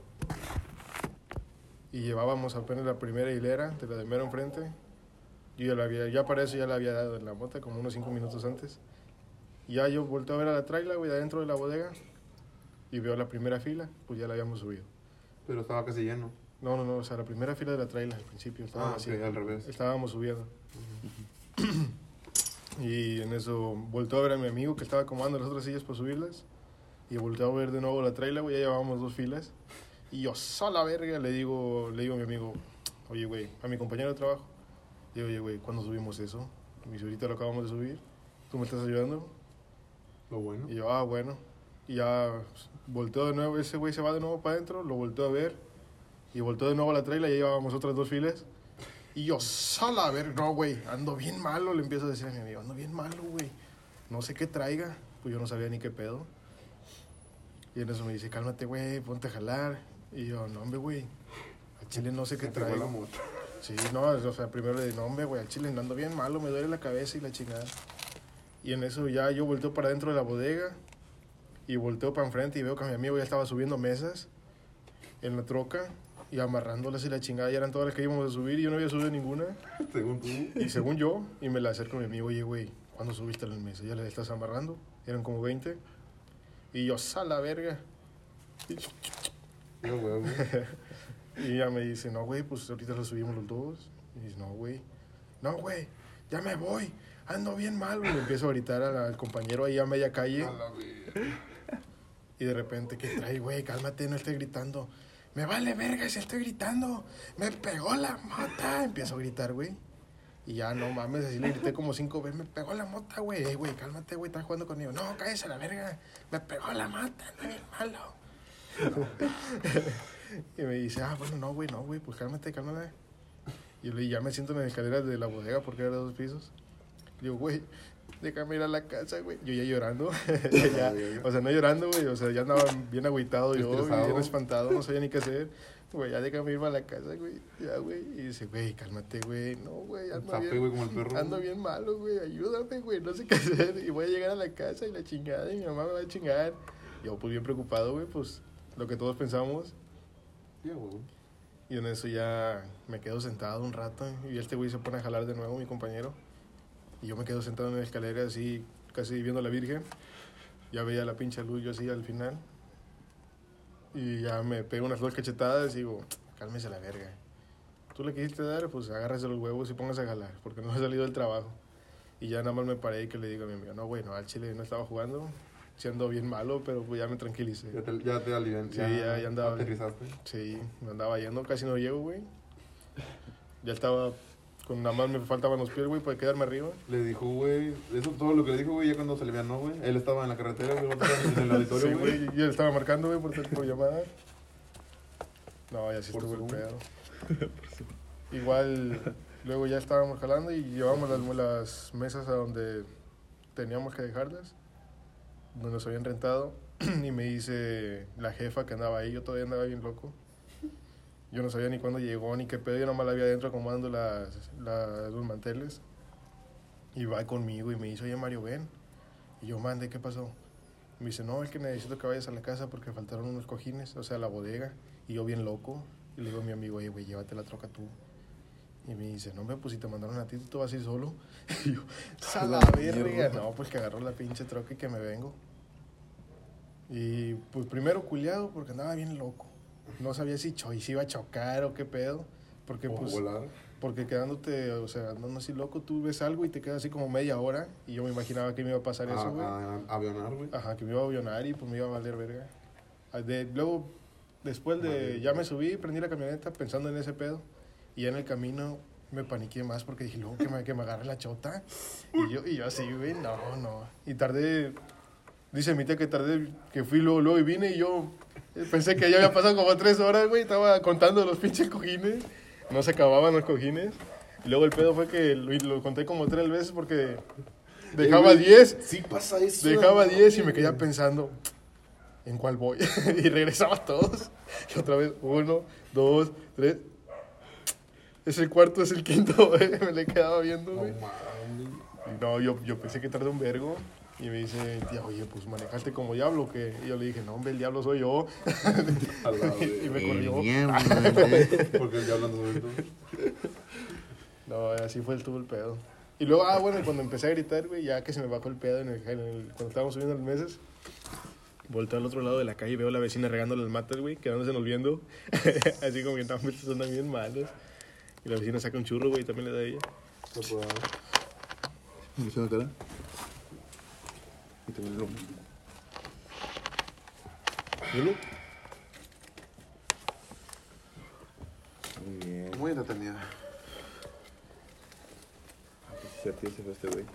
Y llevábamos apenas la primera hilera de la de mero enfrente. Yo ya para eso ya la había dado en la mota como unos 5 minutos antes. Y ya yo volteo a ver a la trailer, güey, de adentro de la bodega y veo la primera fila, pues ya la habíamos subido. Pero estaba casi lleno. No, o sea, la primera fila de la trailer al principio estaba así. Ok, al revés. Estábamos subiendo. Y en eso volteó a ver a mi amigo que estaba acomodando las otras sillas para subirlas. Y volteó a ver de nuevo la trailer, güey, ya llevábamos 2 filas. Y yo, sola verga, le digo a mi amigo, oye, güey, a mi compañero de trabajo. Digo, oye, güey, ¿cuándo subimos eso? Y me dice, ahorita lo acabamos de subir. ¿Tú me estás ayudando? Lo bueno. Y yo, bueno. Y ya volteó de nuevo, ese güey se va de nuevo para adentro, lo volteó a ver. Y volteó de nuevo a la trailer, ya llevábamos otras 2 filas. Y yo, sola, a ver, no, güey, ando bien malo, le empiezo a decir a mi amigo, ando bien malo, güey. No sé qué traiga. Pues yo no sabía ni qué pedo. Y en eso me dice, cálmate, güey, ponte a jalar. Y yo, no, hombre, güey, al chile no sé qué traigo. Sí, no, o sea, primero le dije, no, hombre, güey, al chile ando bien malo, me duele la cabeza y la chingada. Y en eso ya yo volteo para adentro de la bodega y volteo para enfrente y veo que mi amigo ya estaba subiendo mesas en la troca y amarrándolas y la chingada, ya eran todas las que íbamos a subir y yo no había subido ninguna. Según tú. Y según yo, y me la acerco a mi amigo, oye, güey, ¿cuándo subiste las mesas? ¿Ya las estás amarrando? Eran como 20. Y yo, sala verga. Yo, güey. Y ella me dice, no, güey, pues ahorita lo subimos los dos. Y dice, no, güey, ya me voy, ando bien malo. Y le empiezo a gritar al compañero ahí a media calle. Y de repente, ¿qué trae, güey? Cálmate, no estés gritando. Me vale verga si estoy gritando. Me pegó la mota. Empiezo a gritar, güey. Y ya, no mames, así le grité como 5 veces. Me pegó la mota, güey. Ey, güey, cálmate, güey, estás jugando conmigo. No, cállese a la verga. Me pegó la mota, ando bien malo. Y me dice, bueno, no, güey, pues cálmate. Y yo le digo, ya me siento en las escaleras de la bodega porque era de 2 pisos. Digo, güey, déjame ir a la casa, güey. Yo ya llorando. O sea, no llorando, güey. O sea, ya andaba bien agüitado yo, estresado. bien espantado, no sabía ni qué hacer. Güey, ya déjame irme a la casa, güey. Ya, güey. Y dice, güey, cálmate, güey. No, güey, Zape, güey, como el perro. ando bien malo, güey. Ayúdame, güey. No sé qué hacer. Y voy a llegar a la casa y la chingada. Y mi mamá me va a chingar. Yo, pues, bien preocupado, güey. Pues, lo que todos pensamos. Sí, güey. Y en eso ya me quedo sentado un rato. Y este güey se pone a jalar de nuevo, mi compañero. Y yo me quedo sentado en la escalera así, casi viendo a la Virgen. Ya veía la pinche luz yo así al final. Y ya me pego unas 2 cachetadas y digo, cálmese la verga. Tú le quisiste dar, pues agárrese los huevos y póngase a jalar, porque no he salido del trabajo. Y ya nada más me paré y que le digo a mi amigo, no, güey, no, al chile no estaba jugando, siendo bien malo, pero pues ya me tranquilicé. Ya te alivian. Sí, ya andaba. Aterrizaste. Sí, me andaba yendo, casi no llego, güey. Ya estaba, con nada más me faltaban los pies, güey, para quedarme arriba. Le dijo, güey, eso todo lo que le dijo, güey, ya cuando se alivianó, güey. Él estaba en la carretera, güey, en el auditorio, Sí, güey. güey, yo le estaba marcando, güey, por llamada. No, ya sí Por estuvo el Zoom. pedo. Igual, luego ya estábamos jalando y llevamos las mesas a donde teníamos que dejarlas, donde nos habían rentado. Y me dice la jefa que andaba ahí, yo todavía andaba bien loco. Yo no sabía ni cuándo llegó, ni qué pedo, yo nomás la había adentro acomodando los manteles. Y va conmigo y me dice, oye Mario, ven. Y yo, mande, ¿qué pasó? Me dice, no, es que necesito que vayas a la casa porque faltaron unos cojines, o sea, la bodega. Y yo bien loco. Y le digo a mi amigo, oye, güey, llévate la troca tú. Y me dice, no, hombre, pues si te mandaron a ti, tú vas a ir solo. Y yo, a la verga. No, pues que agarró la pinche troca y que me vengo. Y pues primero culiado porque andaba bien loco. No sabía si iba a chocar o qué pedo. Porque O pues... volar. Porque quedándote, o sea, andando así loco, tú ves algo y te quedas así como media hora. Y yo me imaginaba que me iba a pasar eso, güey. Avionar, güey. Ajá, que me iba a avionar y pues me iba a valer verga. Luego, después de... Ya me subí, prendí la camioneta pensando en ese pedo. Y ya en el camino me paniqué más porque dije, luego que me agarre la chota. Y yo así, güey, no. Y tardé... Dice mi tía que tardé, que fui luego y vine y yo... Pensé que ya había pasado como 3 horas, güey. Estaba contando los pinches cojines. no se acababan los cojines. Y luego el pedo fue que lo conté como 3 veces porque dejaba 10. Sí pasa eso. Dejaba 10 y me quedaba pensando, ¿en cuál voy? Y regresaba todos. Y otra vez, 1, 2, 3. Es el cuarto, es el quinto, güey. Me le quedaba viendo, güey. Y no, yo pensé que tardé un vergo. Y me dice, tía, oye, pues manejaste como diablo, que y yo le dije, no, hombre, el diablo soy yo. Y me corrió. Porque el diablo anda sobre todo. No, así fue todo el pedo. Y luego, bueno, cuando empecé a gritar, güey, ya que se me bajó el pedo cuando estábamos subiendo los meses, volteo al otro lado de la calle y veo a la vecina regando las matas, güey, quedándose viendo. Así como que no, son bien malos. Y la vecina saca un churro, güey, y también le da a ella. No puedo. ¿Me hizo una cara? Y también el lomo. ¿Yolo? Muy bien. Muy entretenida. Pues sí, a ti se fue este güey.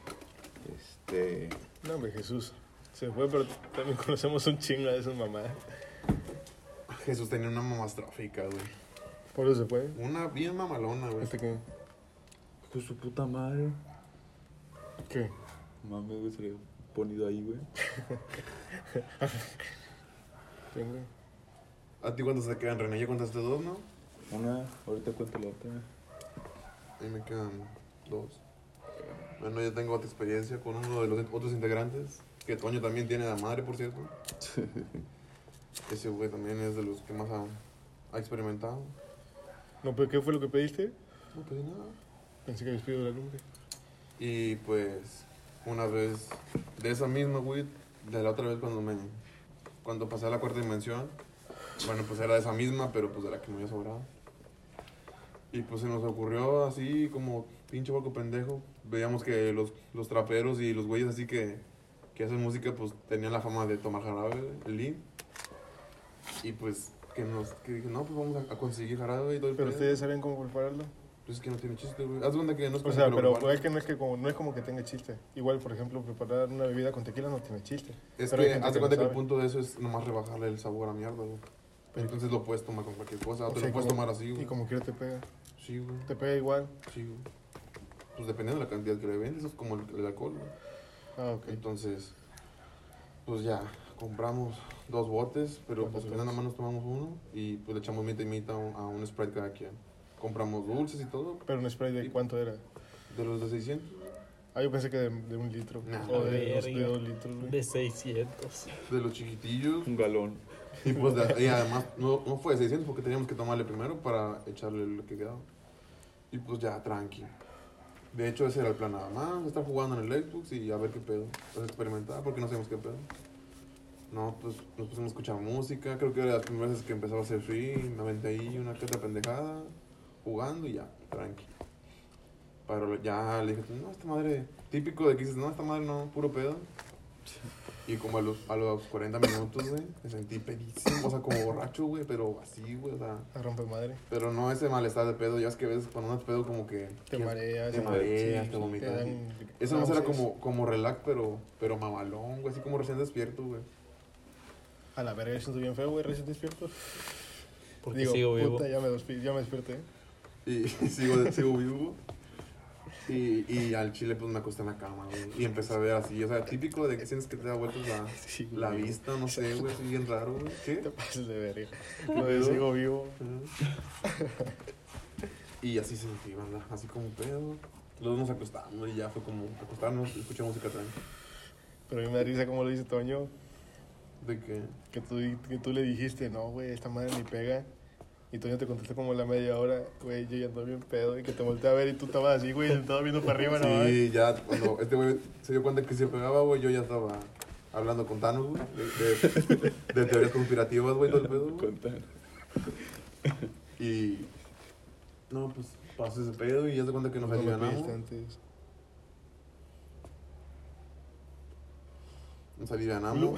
No, hombre, Jesús. Se fue, pero también conocemos un chingo de esas mamadas. Jesús tenía una mamastrófica, güey. Por eso se fue. Una bien mamalona, güey. Qué? Pues su puta madre. ¿Qué? Mames, güey, se le ha ponido ahí, güey. ¿Quién, güey? ¿A ti cuántos te quedan, René? ¿Ya contaste 2, no? Una, ahorita cuento la otra. Ahí me quedan 2. Bueno, yo tengo otra experiencia con uno de los otros integrantes. Que Toño también tiene la madre, por cierto. Ese güey también es de los que más ha experimentado. No, pero ¿qué fue lo que pediste? No pedí nada. Pensé que habías pedido la lumbre. Y pues, una vez, de esa misma, güey, de la otra vez cuando pasé a la cuarta dimensión, bueno, pues era de esa misma, pero pues de la que me había sobrado. Y pues se nos ocurrió así como pinche poco pendejo. Veíamos que los traperos y los güeyes así que hacen música, pues tenían la fama de tomar jarabe, el lean. Y pues que dije, no, pues vamos a conseguir jarabe y todo el Pero pedo. ustedes saben cómo prepararlo. Pues es que no tiene chiste, güey. Haz de cuenta que no es O sea, pero prepararlo. es que no es como que tenga chiste. Igual, por ejemplo, preparar una bebida con tequila no tiene chiste. Es Pero hay que gente haz de no cuenta que el sabe. punto de eso es nomás rebajarle el sabor a mierda, güey. Entonces lo puedes tomar con cualquier cosa, o te sea, lo puedes como- tomar así, güey. Y como quiera te pega. Sí, güey. Te pega igual. Sí, güey. Pues dependiendo de la cantidad que le vendes, eso es como el alcohol, güey. Ah, ok. Entonces, pues ya, compramos 2 botes, pero ¿Cuántos pues nada más nos tomamos uno y pues le echamos mitad y mitad a un Sprite cada quien. Compramos dulces y todo, Pero un spray de cuánto era. de los de 600, Ah, yo pensé que de 1 litro. Nah, O de verga. 2 litros, güey. De 600. de los chiquitillos. Un galón. Y pues y además no fue de 600 porque teníamos que tomarle primero para echarle lo que quedaba. Y pues ya, tranqui. De hecho, ese era el plan nada más, estar jugando en el Xbox y a ver qué pedo. Pues experimentar porque no sabemos qué pedo. No, pues nos pusimos a escuchar música, creo que era las primeras veces que empezaba a hacer free, me aventé ahí una que otra pendejada, jugando y ya, tranqui. Pero ya le dije, no, esta madre, típico de que dices, no, esta madre no, puro pedo. Y como a los 40 minutos, güey, me sentí pedísimo, o sea, como borracho, güey, pero así, güey, o sea, A romper madre. pero no ese malestar de pedo, ya es que a veces cuando no te pedo como que... Te mareas. Te mareas, sí, te vomitas. dan Eso no era náuseas. como relax, pero mamalón, güey, así como recién despierto, güey. A la verga, yo siento bien feo, güey, recién despierto. Porque sigo vivo. Puta, ya me desperté. Y sigo vivo. Y al chile pues me acosté en la cama, güey. Y empecé a ver así, o sea, típico de que sientes que te da vueltas Sí, la güey. vista, no sé, güey, es bien raro, güey. ¿Qué? Te pases de verga. Lo de sigo vivo. Y así se nos iba, ¿verdad? Así como pedo. Luego nos acostamos y ya fue como acostarnos y escuchar música tranquila. Pero a mí me da risa como lo dice Toño. De que... Que tú le dijiste, no, güey, esta madre ni pega. Y Toño te contestó como a la media hora, güey, yo ya ando bien pedo. Y que te volteé a ver y tú estabas así, güey, sentado viendo para arriba, ¿no? Sí, ya cuando este güey se dio cuenta que se pegaba, güey, yo ya estaba hablando con Thanos, güey, de teorías conspirativas, güey, todo el pedo, güey. Contar. Y... No, pues pasó ese pedo y ya se cuenta que nos No me alivianamos. pediste antes. Nos alivianamos.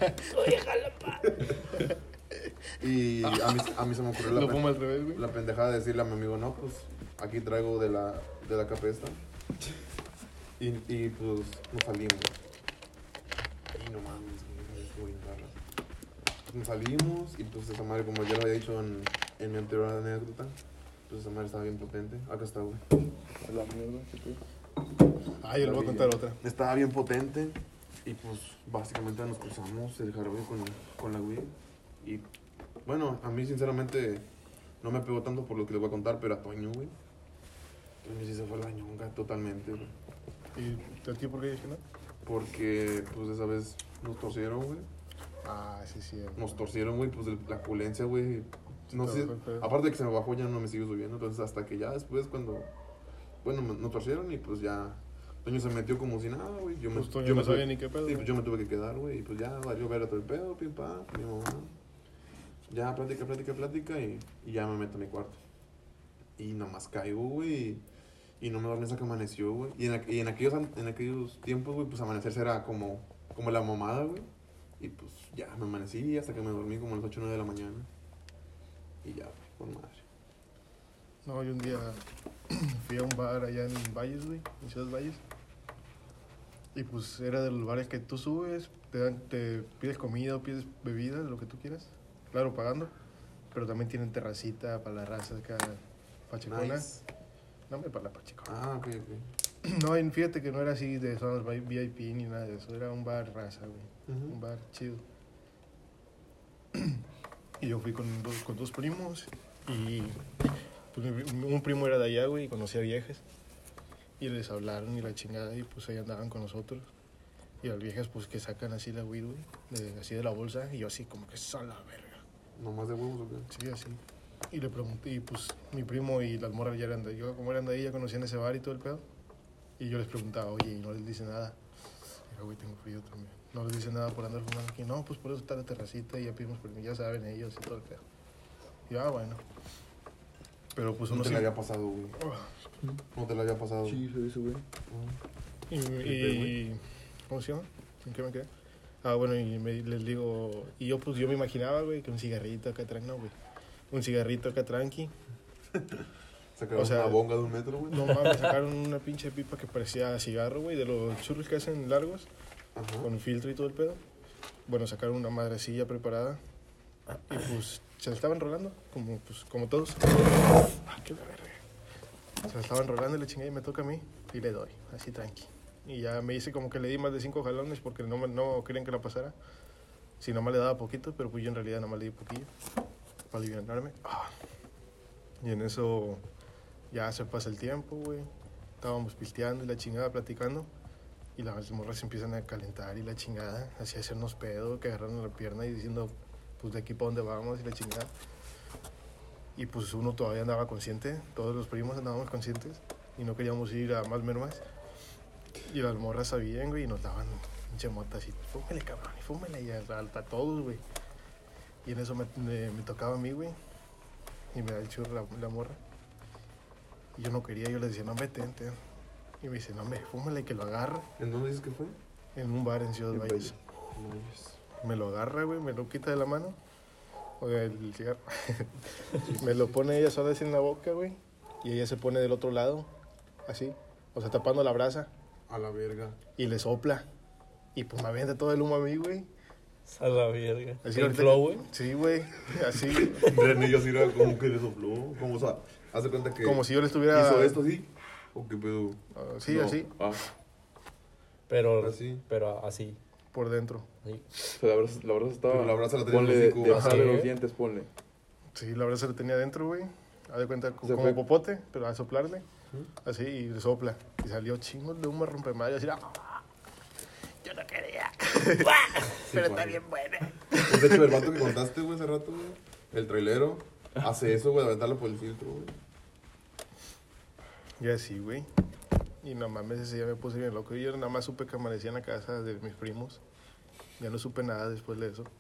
Y a mí se me ocurrió Lo pongo al revés, güey. la pendejada de decirle a mi amigo, no, pues aquí traigo de la capesta. Y pues nos salimos. Y no mames, güey, estuvo bien raro. Nos salimos y pues esa madre, como ya lo había dicho en mi anterior anécdota, pues esa madre estaba bien potente. Acá está, güey. A la mierda, ¿qué pedo? Ah, yo le voy a contar otra. Estaba bien potente y pues básicamente nos cruzamos el jarabe con la güey. Y bueno, a mí sinceramente no me pegó tanto por lo que les voy a contar, pero a Toño, güey. Toño sí se fue a la ñonga totalmente, güey. ¿Y a ti por qué dices que no? Porque pues esa vez nos torcieron, güey. Ah, sí, sí. Nos torcieron, güey, pues la pulencia, güey. No sé, aparte de que se me bajó ya no me sigue subiendo, entonces hasta que ya después cuando, bueno, nos torcieron y pues ya Toño se metió como si nada, güey. Pues Toño no sabía ni qué pedo. Sí, pues yo me tuve que quedar, güey, y pues ya valió ver a todo el pedo, pim pam, mi mamá. Ya plática y ya me meto a mi cuarto. Y nomás caigo, güey, y no me dormí hasta que amaneció, güey. Y en aquellos tiempos, güey, pues amanecerse era como la mamada, güey. Y pues ya me amanecí hasta que me dormí como a las 8 o 9 de la mañana. Y ya, güey, con madre. No, yo un día fui a un bar allá en Valles, güey, en Ciudad Valles. Y pues era de los bares que tú subes, te pides comida o pides bebida, lo que tú quieras. Claro, pagando. Pero también tienen terracita para la raza acá, pachecona. Nice. No, hombre, para la pachecona. Ah, ok. No, y fíjate que no era así de zonas VIP ni nada de eso. Era un bar raza, güey. Ujú. Un bar chido. Y yo fui con dos primos y pues un primo era de allá, güey, y conocía viejas. Y les hablaron y la chingada y pues ahí andaban con nosotros. Y las viejas pues que sacan así la weed, güey, así de la bolsa. Y yo así como que son la verga. ¿Nomás de huevos o qué? Sí, así. Y le pregunté, y pues mi primo y las morras ya eran de yo, como eran de ahí, ya conocían ese bar y todo el pedo. Y yo les preguntaba, oye, y no les dice nada. Mira, güey, tengo frío también. No les dice nada por andar fumando aquí. No, pues por eso está la terracita y ya pedimos permiso, ya saben ellos y todo el pedo. Y yo, ah, bueno. Pero pues No uno te sí. la había pasado, güey. No te la había pasado. Sí, se dice, güey. Y ¿cómo se llama? ¿En qué me quedé? Ah, bueno, y les digo, y yo pues yo me imaginaba, güey, que un cigarrito acá tranqui, no, güey. Un cigarrito acá tranqui. Sacaron O sea, una bonga de 1 metro, güey. No mames, sacaron una pinche pipa que parecía cigarro, güey, de los churros que hacen largos, Ajá. con filtro y todo el pedo. Bueno, sacaron una madrecilla preparada y pues se la estaban rolando, como todos. Ah, qué la verga. Se la estaban rolando y le chingué y me toca a mí y le doy, así tranqui. Y ya me hice como que le di más de 5 jalones porque no querían que la pasara. Si nomás le daba poquito, pero pues yo en realidad nomás le di poquillo para aliviarme. Y en eso ya se pasa el tiempo, güey. Estábamos pisteando y la chingada platicando. Y las morras se empiezan a calentar y la chingada. Así a hacernos pedo, que agarraron la pierna y diciendo, pues de aquí para dónde vamos y la chingada. Y pues uno todavía andaba consciente, todos los primos andábamos conscientes. Y no queríamos ir a más mermas. Y las morras sabían, güey, y nos daban pinche mota así, fúmele, cabrón, y fúmele, y a todos, güey. Y en eso me tocaba a mí, güey. Y me da el churro la morra. Y yo no quería, yo le decía, no, vete. Y me dice, no, fúmele, que lo agarra. ¿En dónde dices que fue? En un bar en Ciudad En Valles. Valles. Me lo agarra, güey, me lo quita de la mano. O el cigarro. Me lo pone ella sola así en la boca, güey. Y ella se pone del otro lado, así. O sea, tapando la brasa. A la verga. Y le sopla. Y pues me avienta todo el humo a mí, güey. A la verga. Así ¿El ahorita- flow, güey? Sí, güey. Así. René yo sí era como que le sopló. Como, o sea, hace cuenta que Como si yo le estuviera. hizo esto así. ¿O qué pedo? Sí, No. así. Ah, Pero así. así. Por dentro. Sí. O sea, la verdad estaba... Pero la brasa la tenía en Ponle el de hocico. bajar de Ajá. los dientes, ponle. Sí, la verdad se lo tenía dentro, güey. Haz de cuenta Se como fue. popote, pero a soplarle. Así, y le sopla. Y salió chingos de humo rompemadre. Así, yo no quería. pero está bien buena. Pues de hecho, el vato que contaste, güey, hace rato, güey. El trailero hace eso, güey, de aventarlo por el filtro, güey. Y así, güey. Y no mames, ese día me puse bien loco. Y yo nada más supe que amanecía en la casa de mis primos. Ya no supe nada después de eso.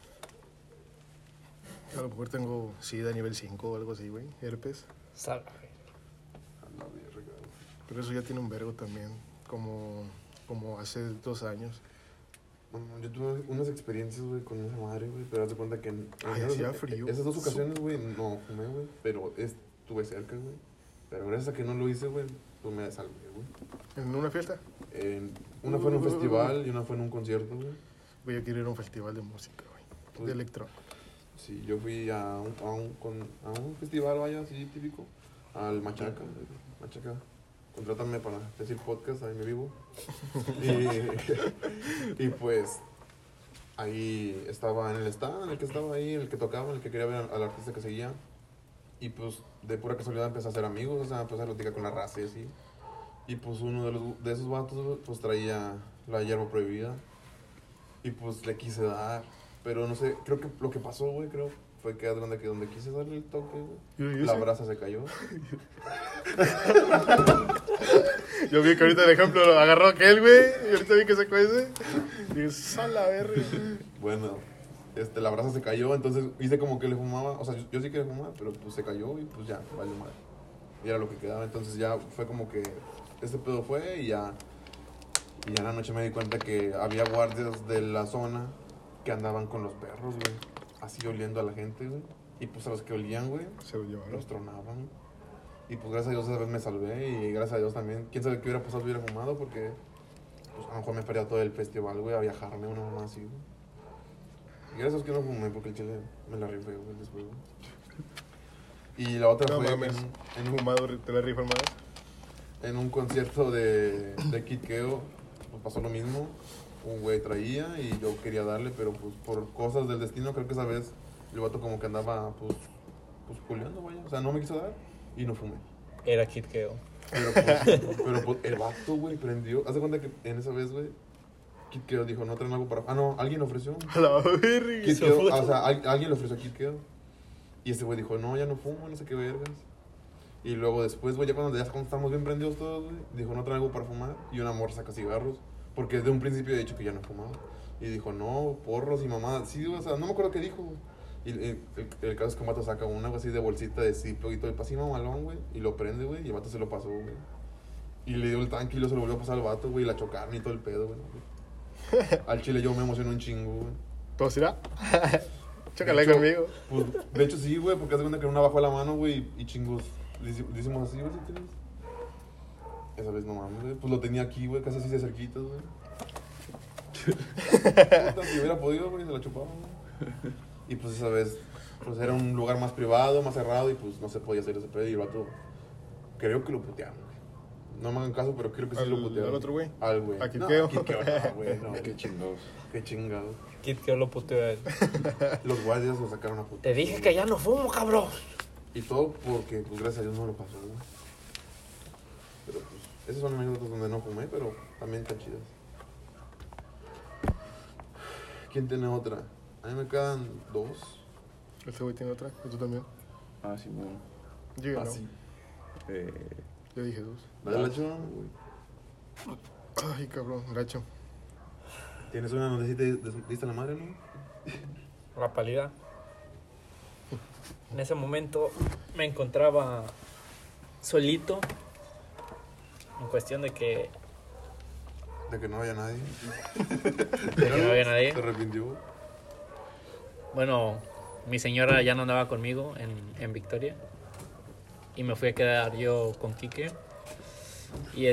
A lo mejor tengo SIDA nivel 5 o algo así, güey. Herpes. Sabe. A la verga, güey. Pero eso ya tiene un vergo también. Como hace 2 años. Bueno, yo tuve unas experiencias, güey, con esa madre, güey, pero haz de cuenta que Ay, hacía frío. esas 2 ocasiones, güey, no fumé, güey, pero estuve cerca, güey. Pero gracias a que no lo hice, güey, pues me salvé, güey. ¿En una fiesta? Una fue en un festival y una fue en un concierto, güey. Güey, yo quiero ir a un festival de música, güey. De electrónica. Sí, yo fui a un festival, vaya, así típico. al Machaca. Machaca, contrátame para decir podcast, ahí me vivo. Y pues ahí estaba en el stand, en el que estaba ahí, en el que tocaba, en el que quería ver al artista que seguía. Y pues de pura casualidad empecé a hacer amigos, o sea, empecé a platicar con la raza y así. Y pues uno de esos vatos pues traía la hierba prohibida. Y pues le quise dar. Pero no sé, creo que lo que pasó, güey, fue que donde quise darle el toque, güey, la brasa se cayó. Yo vi que ahorita el ejemplo lo agarró aquel, güey. Y ahorita vi que sacó ese. Y dije, sala verga. Bueno, la brasa se cayó, entonces hice como que le fumaba. O sea, yo sí que le fumaba, pero pues se cayó y pues ya, valió mal. Y era lo que quedaba, entonces ya fue como que este pedo fue y ya en la noche me di cuenta que había guardias de la zona que andaban con los perros, güey, así oliendo a la gente, güey. Y pues a los que olían, güey, Se lo llevaron. los tronaban. Y pues gracias a Dios esa vez me salvé y gracias a Dios también. Quién sabe qué hubiera pasado si hubiera fumado porque pues, a lo mejor me perdía todo el festival, güey, a viajarme una mamá así, güey. Y gracias a Dios que no fumé porque el chile me la rifé, güey, después, güey. Y la otra No fue mames. Fumado, te la rifan más. en un concierto de Kid Keo, pues pasó lo mismo. Un güey traía y yo quería darle, pero pues por cosas del destino, creo que esa vez el vato como que andaba pues culeando, vaya. O sea, no me quiso dar y no fumé. Era Kid Keo. Pero pues el vato, güey, prendió. Haz de cuenta que en esa vez, güey, Kid Keo dijo, no traen algo para... Ah, no, alguien le ofreció. A la verga. Kid Keo, o sea, alguien le ofreció a Kid Keo. Y ese güey dijo, no, ya no fumo, no sé qué vergas. Y luego después, güey, cuando estamos bien prendidos todos, güey, dijo, no traen algo para fumar. Y una morra saca cigarros. Porque desde un principio he dicho que ya no fumaba. Y dijo, no, porros y mamá. Sí, o sea, no me acuerdo qué dijo, güey. Y el caso es que un vato saca una así de bolsita de Ziploc y todo el pasito mamalón, güey. Y lo prende, güey. Y el vato se lo pasó, güey. Y le dio el tanque y luego se lo volvió a pasar al vato, güey. Y la chocaron y todo el pedo, güey. Al chile yo me emocioné un chingo, güey. ¿Todos irá? Chócala De hecho, conmigo. Pues, de hecho sí, güey. Porque hace cuenta que una bajó la mano, güey. Y chingos. Le hicimos así, güey, ¿sí tienes? Esa vez no mames, güey. Pues lo tenía aquí, güey. Casi así de cerquitas, güey. Puta, si hubiera podido, güey, se la chupaba, güey. Y pues esa vez, pues era un lugar más privado, más cerrado y pues no se podía hacer ese pedo. Y el vato, creo que lo putearon, güey. No me hagan caso, pero creo que sí lo putearon. ¿Al otro güey? Al güey. ¿A Kid No, Keo? Kid Keo no, güey, no. Qué chingados. Qué chingado. Kid Keo lo puteó a él. Los guardias lo sacaron a puta. Te dije que ya no fumo, cabrón. Y todo porque, pues gracias a Dios no lo pasó, güey. Pero pues, esas son anécdotas donde no fumé, pero también están chidas. ¿Quién tiene otra? A mí me quedan dos. Este güey tiene otra. ¿Y tú también? Ah, sí, bueno. Yo no. sí. Yo dije dos. Dale la chona, güey. Ay, cabrón, gacho. ¿Tienes una donde sí te diste la madre, no? La pálida. En ese momento me encontraba solito. En cuestión de que De que no había nadie. no había nadie. ¿Se arrepintió? Bueno, mi señora ya no andaba conmigo en Victoria. Y me fui a quedar yo con Quique. Y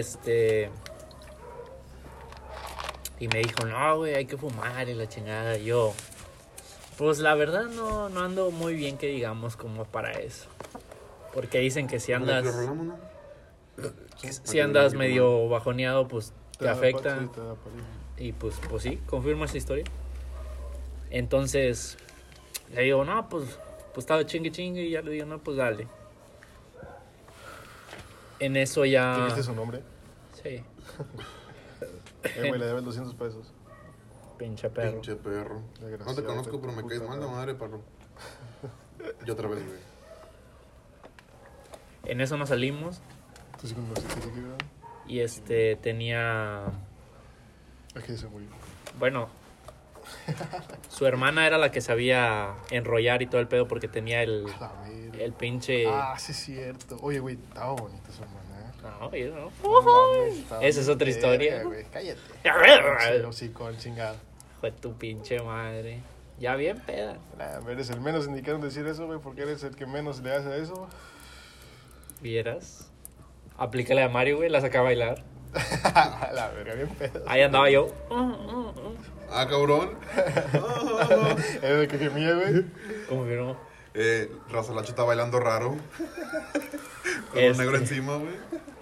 y me dijo, no, güey, hay que fumar y la chingada. Y yo, pues la verdad no ando muy bien, que digamos, como para eso. Porque dicen que si andas, ¿Lo rolamos, no? si andas medio bajoneado, pues te da afecta. sí, te da pálida. Y pues sí, confirma esa historia. Entonces, le digo, no, pues estaba chingue. Y ya le digo, no, pues dale. En eso ya... ¿Tuviste su nombre? Sí, Güey, le deben 200 pesos. pinche perro. Pinche perro. No Desgraciado, te conozco, pero me puta caes mal de madre, perro. Y otra vez, güey. En eso nos salimos Tú sí conociste aquí, ¿verdad? y tenía... Aquí se murió. Bueno, su hermana era la que sabía enrollar y todo el pedo porque tenía el pinche... Ah, sí es cierto. Oye, güey, estaba bonita su hermana, No, yo no. No mames, estaba Esa es otra bien historia. verga, güey. Cállate. Fue Sí, hocico, el chingado. tu pinche madre. Ya bien peda. Nah, eres el menos indicado en decir eso, güey, porque eres el que menos le hace a eso. ¿Vieras? Aplícale a Mario, güey, la saca a bailar. La verga, bien pedo. Ahí andaba yo. Ah, cabrón. Era el que gemía, güey. Confirmó. Razalacho está bailando raro. Con un negro encima, güey.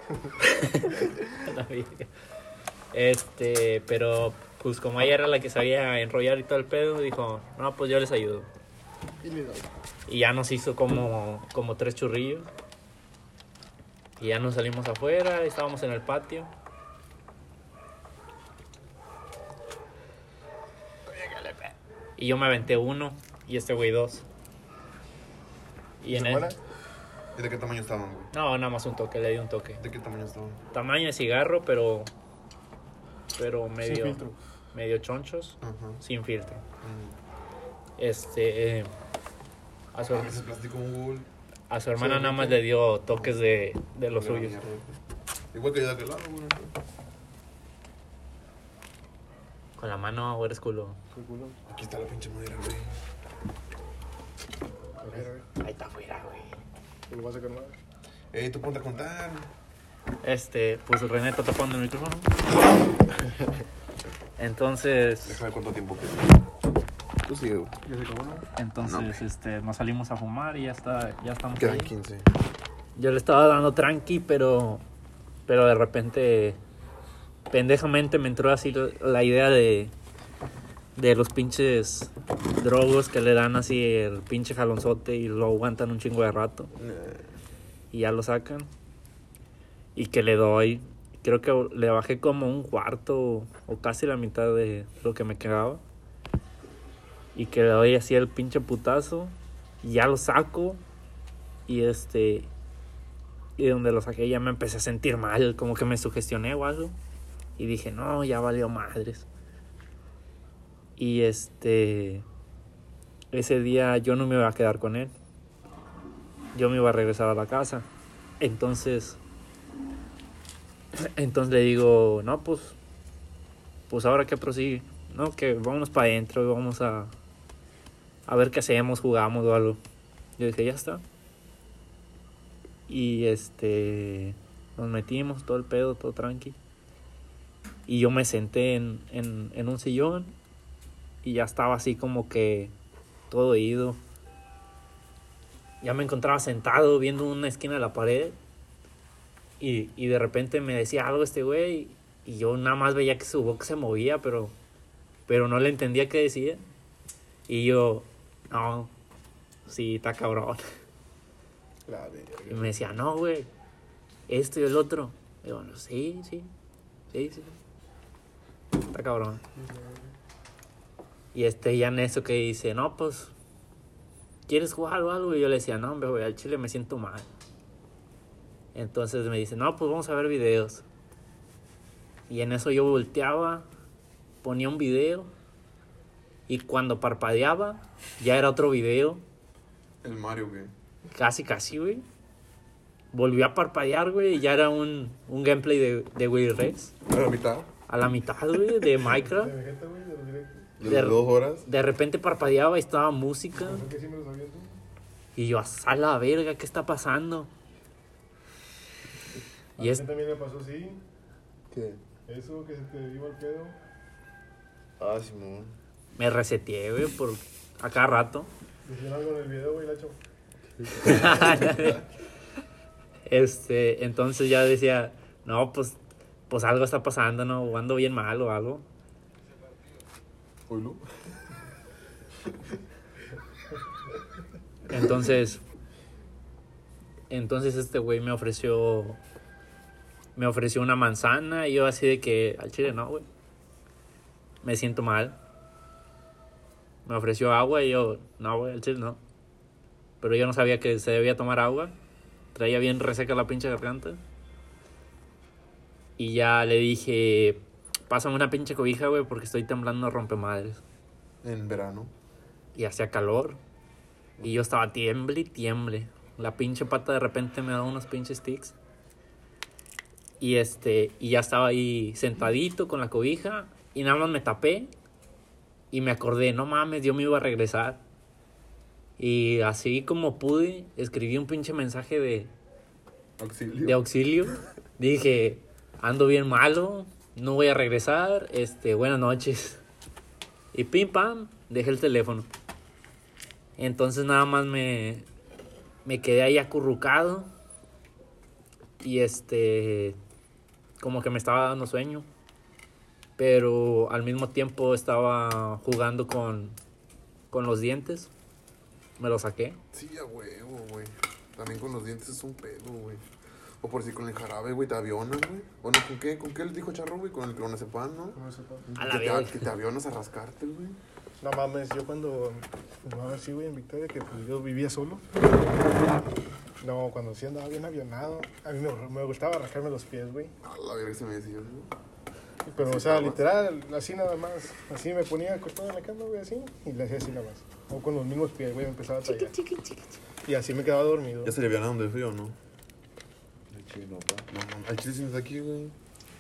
Pero pues como ella era la que sabía enrollar y todo el pedo, dijo, no, pues yo les ayudo. Y le doy. Y ya nos hizo como 3 churrillos. Y ya nos salimos afuera, estábamos en el patio. Y yo me aventé 1 y este güey 2. Y en ¿Se el... buena? ¿Y de qué tamaño estaban, güey? No, nada más un toque, le di un toque. ¿De qué tamaño estaban? Tamaño de cigarro, pero Sin medio, filtro. medio chonchos, Ajá. sin filtro. Mm. A su, Ese plástico Google. a su hermana nada más le dio toques de los suyos. Igual que yo de aquel lado, güey. Con la mano, o eres culo. Su culo. Aquí está la pinche madera, güey. A ver. Ahí está afuera, güey. ¿Te lo vas a sacar más? Tú ponte a contar. Pues René está tapando el micrófono. Entonces, Déjame ver cuánto tiempo queda. Tú sigue, güey. ¿Ya se acabó, no? nos salimos a fumar y ya estamos Quedan ahí. 15. Yo le estaba dando tranqui, pero de repente, pendejamente me entró así la idea de los pinches drogos que le dan así el pinche jalonzote y lo aguantan un chingo de rato y ya lo sacan. Y que le doy, creo que le bajé como un cuarto o casi la mitad de lo que me quedaba. Y que le doy así el pinche putazo y ya lo saco y y donde lo saqué ya me empecé a sentir mal, como que me sugestioné o algo. Y dije, no, ya valió madres. Y ese día yo no me iba a quedar con él. Yo me iba a regresar a la casa. Entonces le digo, no, pues ahora qué prosigue. No, que vámonos para adentro y vamos a ver qué hacemos, jugamos o algo. Yo dije, ya está. Y nos metimos, todo el pedo, todo tranqui. Y yo me senté en un sillón y ya estaba así como que todo ido. Ya me encontraba sentado viendo una esquina de la pared y de repente me decía algo este güey y yo nada más veía que su boca se movía, pero no le entendía qué decía. Y yo, no, sí, está cabrón. Y me decía, no, güey, esto y el otro. Y yo, no, sí. Está cabrón. Y ya en eso que dice, no, pues, ¿quieres jugar o algo? Y yo le decía, no, hombre, güey, al chile me siento mal. Entonces me dice, no, pues vamos a ver videos. Y en eso yo volteaba, ponía un video. Y cuando parpadeaba, ya era otro video. El Mario, güey. Casi, güey. Volvió a parpadear, güey, y ya era un gameplay de Willy Rex. A la mitad. A la mitad, güey, de Minecraft. ¿De Vegeta, güey? ¿De los directos? De 2 horas. De repente parpadeaba y estaba música. ¿Por qué sí me lo sabías tú? Y yo, a la verga, ¿qué está pasando? A Y mí es... también me pasó así. ¿Qué? Eso, que se te iba el pedo. Ah, Simón. Me reseteé, güey, por a cada rato. Decían algo en el video, güey, Lacho. Entonces ya decía, no, pues algo está pasando, ¿no? O ando bien mal o algo. Oílo. Entonces este güey me ofreció una manzana y yo así de que al chile no, güey. Me siento mal. Me ofreció agua y yo, no, güey, al chile no. Pero yo no sabía que se debía tomar agua. Traía bien reseca la pinche garganta. Y ya le dije, pásame una pinche cobija, güey, porque estoy temblando rompemadres. En verano. Y hacía calor. Y yo estaba tiemble. La pinche pata de repente me da unos pinches tics. Y ya estaba ahí sentadito con la cobija. Y nada más me tapé. Y me acordé, no mames, yo me iba a regresar. Y así como pude, escribí un pinche mensaje de auxilio. Dije, ando bien malo, no voy a regresar, buenas noches. Y pim pam, dejé el teléfono. Entonces nada más me quedé ahí acurrucado y como que me estaba dando sueño, pero al mismo tiempo estaba jugando con los dientes. Me los saqué. Sí, a huevo, güey. También con los dientes es un pedo, güey. O por si con el jarabe, güey, te avionas, güey. Bueno, ¿con qué? ¿Con qué le dijo Charro, güey? Con el clonazepam, ¿no? ¿Cómo se llama? A la Que vez. te avionas a rascarte, güey. No mames, yo cuando fumaba así, güey, en Victoria, que pues, yo vivía solo. No, cuando sí andaba bien avionado, a mí me gustaba rascarme los pies, güey. A la verga se me decía, güey. Pero, Sí, o sea, estabas. literal, así nada más. Así me ponía acostado en la cama, güey, así, y le hacía así nada más. O con los mismos pies, güey, me empezaba a tallar. Y así me quedaba dormido. ¿Ya se le avionaron de frío o no? El chino, pa. No, al chile sí no está aquí, güey.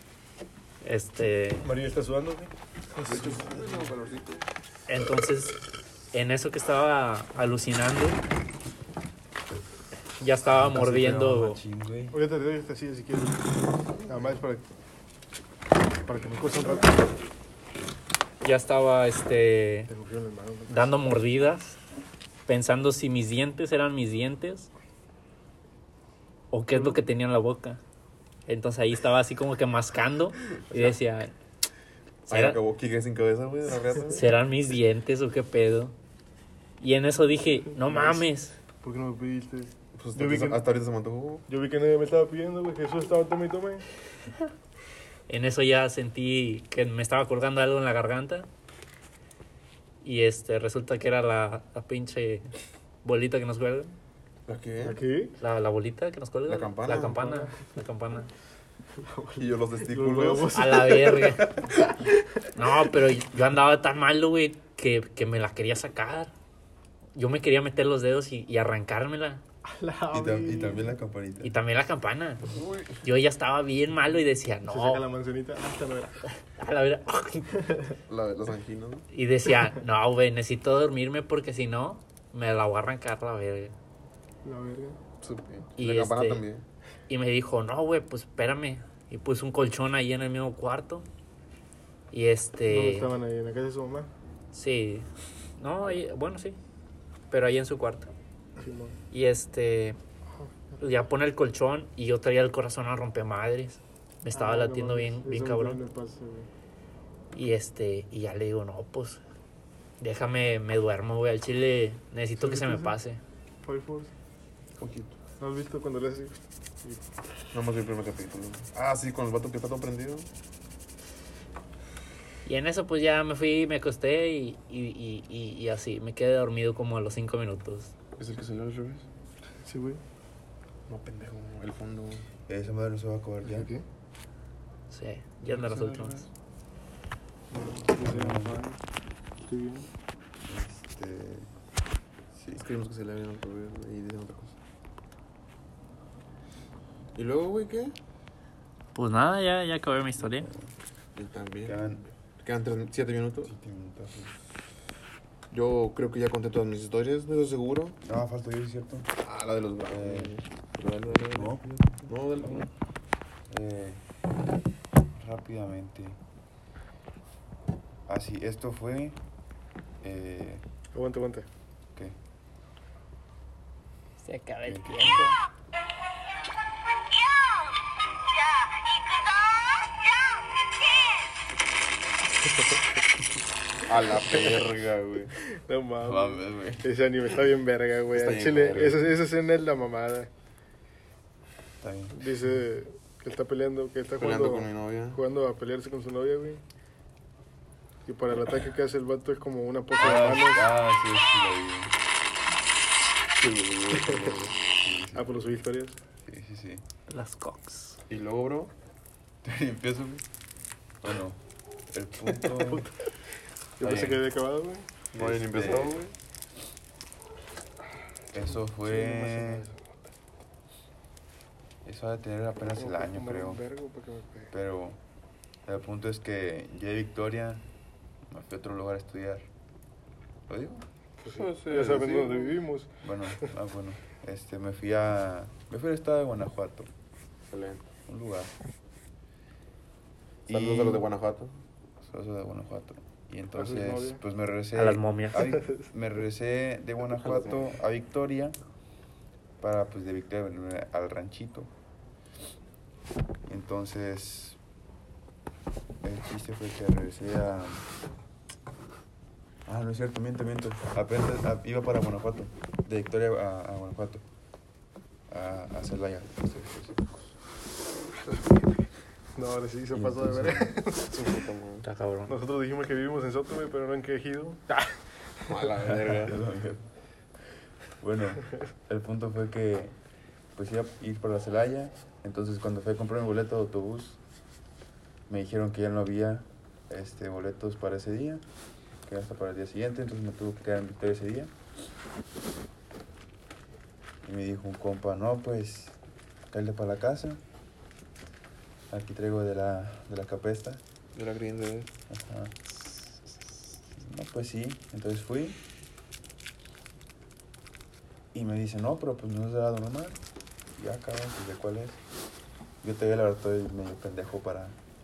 María está sudando, güey. De hecho, sí, no, calorcito. Entonces, en eso que estaba alucinando, ya estaba mordiendo. Ahorita te doy esta silla si quieres. Nada más para que me cueste un rato. Ya estaba Tengo frío en las manos, güey. dando mordidas, pensando si mis dientes eran mis dientes o qué es lo que tenía en la boca. Entonces ahí estaba así como que mascando y decía, Ahí ¿será- acabó Kike sin cabeza, güey, de la reata, güey. ¿serán mis dientes o qué pedo? Y en eso dije, no mames. ¿Por qué no me pediste? Pues Yo vi que- hasta ahorita se me antojó. Yo vi que nadie me estaba pidiendo, güey. Jesús estaba tome y tome. En eso ya sentí que me estaba colgando algo en la garganta. Y resulta que era la pinche bolita que nos cuelga. ¿La qué? ¿Aquí? La bolita que nos cuelga. La campana. La campana. La campana. Y yo los Los testículos. huevos. A la verga. No, pero yo andaba tan malo, güey, que me la quería sacar. Yo me quería meter los dedos y arrancármela. Y también la campanita. Y también la campana. Yo ya estaba bien malo y decía, Se saca la no. manzanita. Hasta no era. A la verga. Los anginos. Y decía, no, güey, necesito dormirme porque si no, me la voy a arrancar la verga. La verga. Supe. Y La campana también. Y me dijo, no, güey, pues espérame. Y puse un colchón ahí en el mismo cuarto. Y ¿Dónde estaban ahí? ¿En la casa de su mamá? Sí. No, bueno, sí. Pero ahí en su cuarto. Simón. Y ya pone el colchón y yo traía el corazón a rompemadres. Me estaba Ah, no latiendo mames, bien, eso bien a mí cabrón. también me pasa, güey. Y ya le digo, no, pues, déjame, me duermo, güey. Al chile necesito que se me pase. Fire Force. Poquito. ¿No has visto cuando le hace? No más vi el primer capítulo. Ah, sí, con el vato que está todo prendido. Y en eso, pues, ya me fui, me acosté y así. Me quedé dormido como a los 5 minutos. ¿Es el que salió al revés? Sí, güey. No, pendejo. El fondo. Esa madre no se va a acabar ya. ¿Qué? Sí, ya es de las últimas. Estoy bien. Sí, escribimos que se le habían al revés, güey, y dicen otra cosa. ¿Y luego, güey, qué? Pues nada, ya acabé mi historia. Y también. Quedan 7 minutos. 7 minutos. Yo creo que ya conté todas mis historias, no estoy seguro. No, falta yo, ¿es cierto? Ah, la de los brazos. No. No, del. Rápidamente. Así, esto fue... Aguanta. ¿Qué? Se acaba el ¿Qué? tiempo. A la verga, güey. No mames. Mames, güey. Ese anime está bien verga, güey. Está Al bien chile, verga. esa escena es la mamada. Está bien. Dice que está peleando, que está Peleando jugando, con mi novia. jugando a pelearse con su novia, güey. Y para el ataque que hace el vato es como una poca de Ah, manos. sí, sí, lo vi. Ah, por subí historias. Sí. Las cox. Y luego, bro. Empiezo, güey. Bueno, el punto... Yo pensé bien. que había acabado, güey. No había ni empezado, güey. Eso fue... Eso ha de tener apenas el año, creo. Pero el punto es que ya de Victoria me fui a otro lugar a estudiar. ¿Lo digo? Pues Pues, sí, ya saben sí, dónde güey. vivimos. Bueno, me fui al estado de Guanajuato, Excelente. un lugar. Saludos a los de Guanajuato. Saludos de Guanajuato. Y entonces, pues me regresé... A las momias. Me regresé de Guanajuato a Victoria para, pues, de Victoria venirme al ranchito. Entonces, el chiste fue que regresé a... Ah, no es cierto, miento. Apenas iba para Guanajuato, de Victoria a Guanajuato, a Celaya. No, ahora sí se pasó de ver. Está cabrón. Nosotros dijimos que vivimos en Soto, pero no en Quejido. Mala verga. Bueno, el punto fue que pues iba a ir para Celaya. Entonces cuando fui a comprar mi boleto de autobús, me dijeron que ya no había boletos para ese día, que hasta para el día siguiente. Entonces me tuve que quedar en Victoria ese día. Y me dijo un compa, no, pues cállate para la casa. Aquí traigo de la capesta. De la Green de... Ajá. No, pues sí. Entonces fui. Y me dice, no, pero pues no es de la normal. Ya, cabrón, pues de cuál es. Yo todavía la verdad estoy medio pendejo para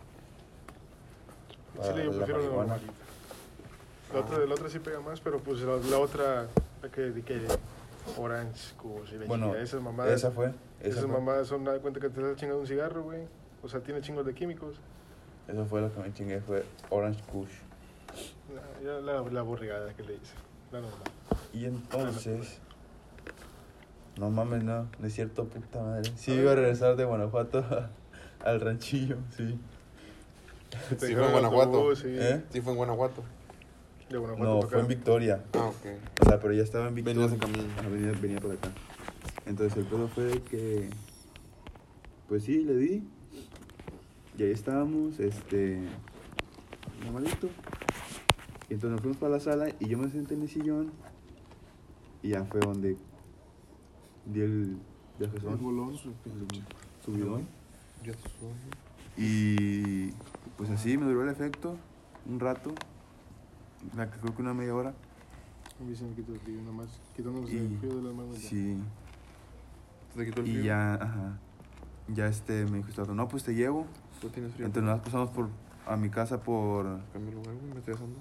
Sí, yo la prefiero la marihuana. normalita. La otra sí pega más, pero pues la otra, la que Orange, Kush y la Bueno, chingada, esas mamadas. esa fue. Esas mamadas son, da cuenta que te estás chingando un cigarro, güey. O sea, tiene chingos de químicos. Eso fue lo que me chingué, fue Orange Kush. La borregada que le hice. La normal. Y entonces... No mames, no es cierto, puta madre. Sí, iba a regresar de Guanajuato al ranchillo, sí. Sí fue en Guanajuato. Sí. Sí fue en Guanajuato. De Guanajuato No, para fue en acá. Victoria. Ah, ok. O sea, pero ya estaba en Victoria. Venías en camino. Ajá, venía por acá. Entonces el pedo fue de que... Pues sí, le di. Y ahí estábamos, normalito. Y entonces nos fuimos para la sala y yo me senté en el sillón. Y ya fue donde di el viajezón. El bolón. Subidón. Ya te subo. Y pues así me duró el efecto un rato. Creo que una media hora. A mí se me quitó el frío, nada más quitándose Y- el frío de las manos. ya. Sí. ¿Te quitó el Y frío? ya, ajá. Ya me dijo este vato, no, pues te llevo. ¿Tú tienes frío? Entonces nos pasamos a mi casa por Cambio el lugar, güey, me estoy asando.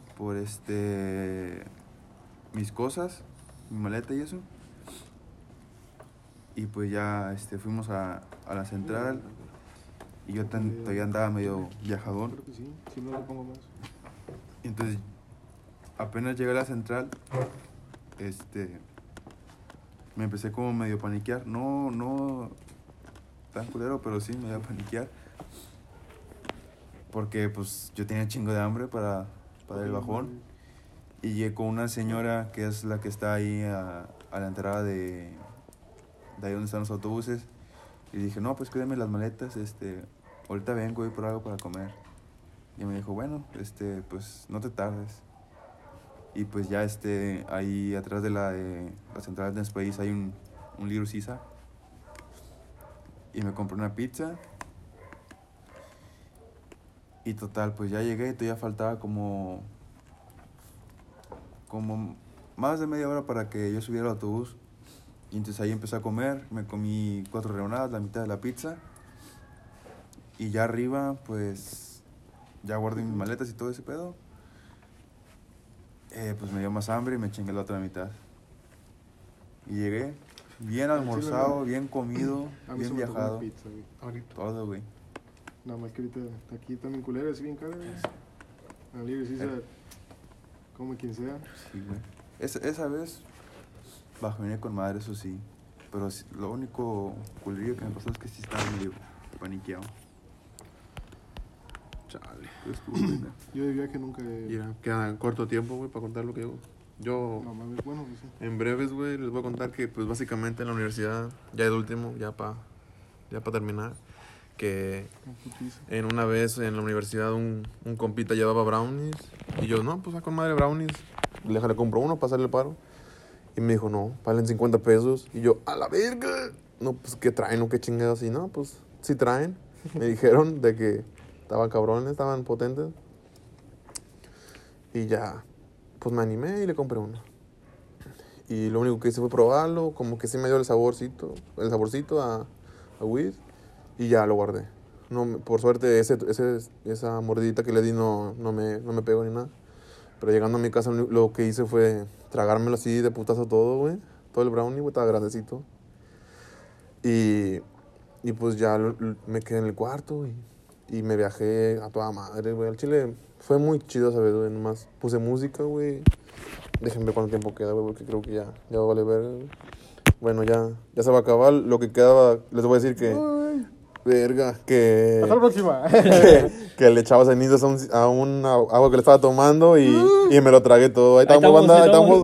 mis cosas, mi maleta y eso. Y pues ya fuimos a la central y yo todavía andaba medio viajadón. Creo que sí, si no le pongo más. Y entonces apenas llegué a la central, me empecé como medio a paniquear. No tan culero, pero sí me iba a paniquear. Porque pues yo tenía chingo de hambre para el bajón. Y llegué con una señora que es la que está ahí a la entrada de ahí donde están los autobuses. Y dije, no, pues cuídame las maletas, ahorita vengo, voy por algo para comer. Y me dijo, bueno, pues no te tardes. Y pues ya ahí atrás de la central de Nespaís hay un Little Caesar. Y me compré una pizza. Y total, pues ya llegué y todavía faltaba como más de media hora para que yo subiera al autobús. Y entonces ahí empecé a comer, me comí 4 rebanadas, la mitad de la pizza. Y ya arriba, pues, ya guardé mis maletas y todo ese pedo. Pues me dio más hambre y me chingué la otra mitad. Y llegué bien almorzado, bien comido, A mí bien se me tocó viajado. una pizza, güey. Ahorita. Todo, güey. Nada más que ahorita aquí también culera, es bien cara, güey. Al libre sí se come quien sea. Sí, güey. Esa vez bajé con madre, eso sí. Pero lo único culerillo que me pasó es que sí estaba medio paniqueado. Chale. Pero estuvo buena. Yo de viaje nunca he... Mira, queda corto tiempo, güey, para contar lo que hago. Yo, No mames, bueno, pues sí. en breves, güey, les voy a contar que, pues, básicamente en la universidad, ya de último, ya para terminar, que en una vez en la universidad un compita llevaba brownies y yo, no, pues, con madre brownies, le compro uno para hacerle el paro. Y me dijo, no, valen 50 pesos. Y yo, a la verga. No, pues, ¿qué traen o qué chingados? Y no, pues, sí traen. Me dijeron de que estaban cabrones, estaban potentes. Y ya, pues me animé y le compré uno. Y lo único que hice fue probarlo, como que sí me dio el saborcito a weed. Y ya lo guardé. No, por suerte, esa mordidita que le di no me pegó ni nada. Pero llegando a mi casa lo que hice fue tragármelo así de putazo todo, güey. Todo el brownie, güey, estaba grandecito. Y pues ya me quedé en el cuarto, güey. Y me viajé a toda madre, güey. Al Chile fue muy chido, ¿sabes, güey? Nomás puse música, güey. Déjenme ver cuánto tiempo queda, güey, porque creo que ya va a valer verga, güey. Bueno, ya se va a acabar. Lo que quedaba, les voy a decir que... Verga, que... Hasta la próxima. que le echaba cenizas a un agua que le estaba tomando y me lo tragué todo. Ahí estamos, banda, ahí estamos.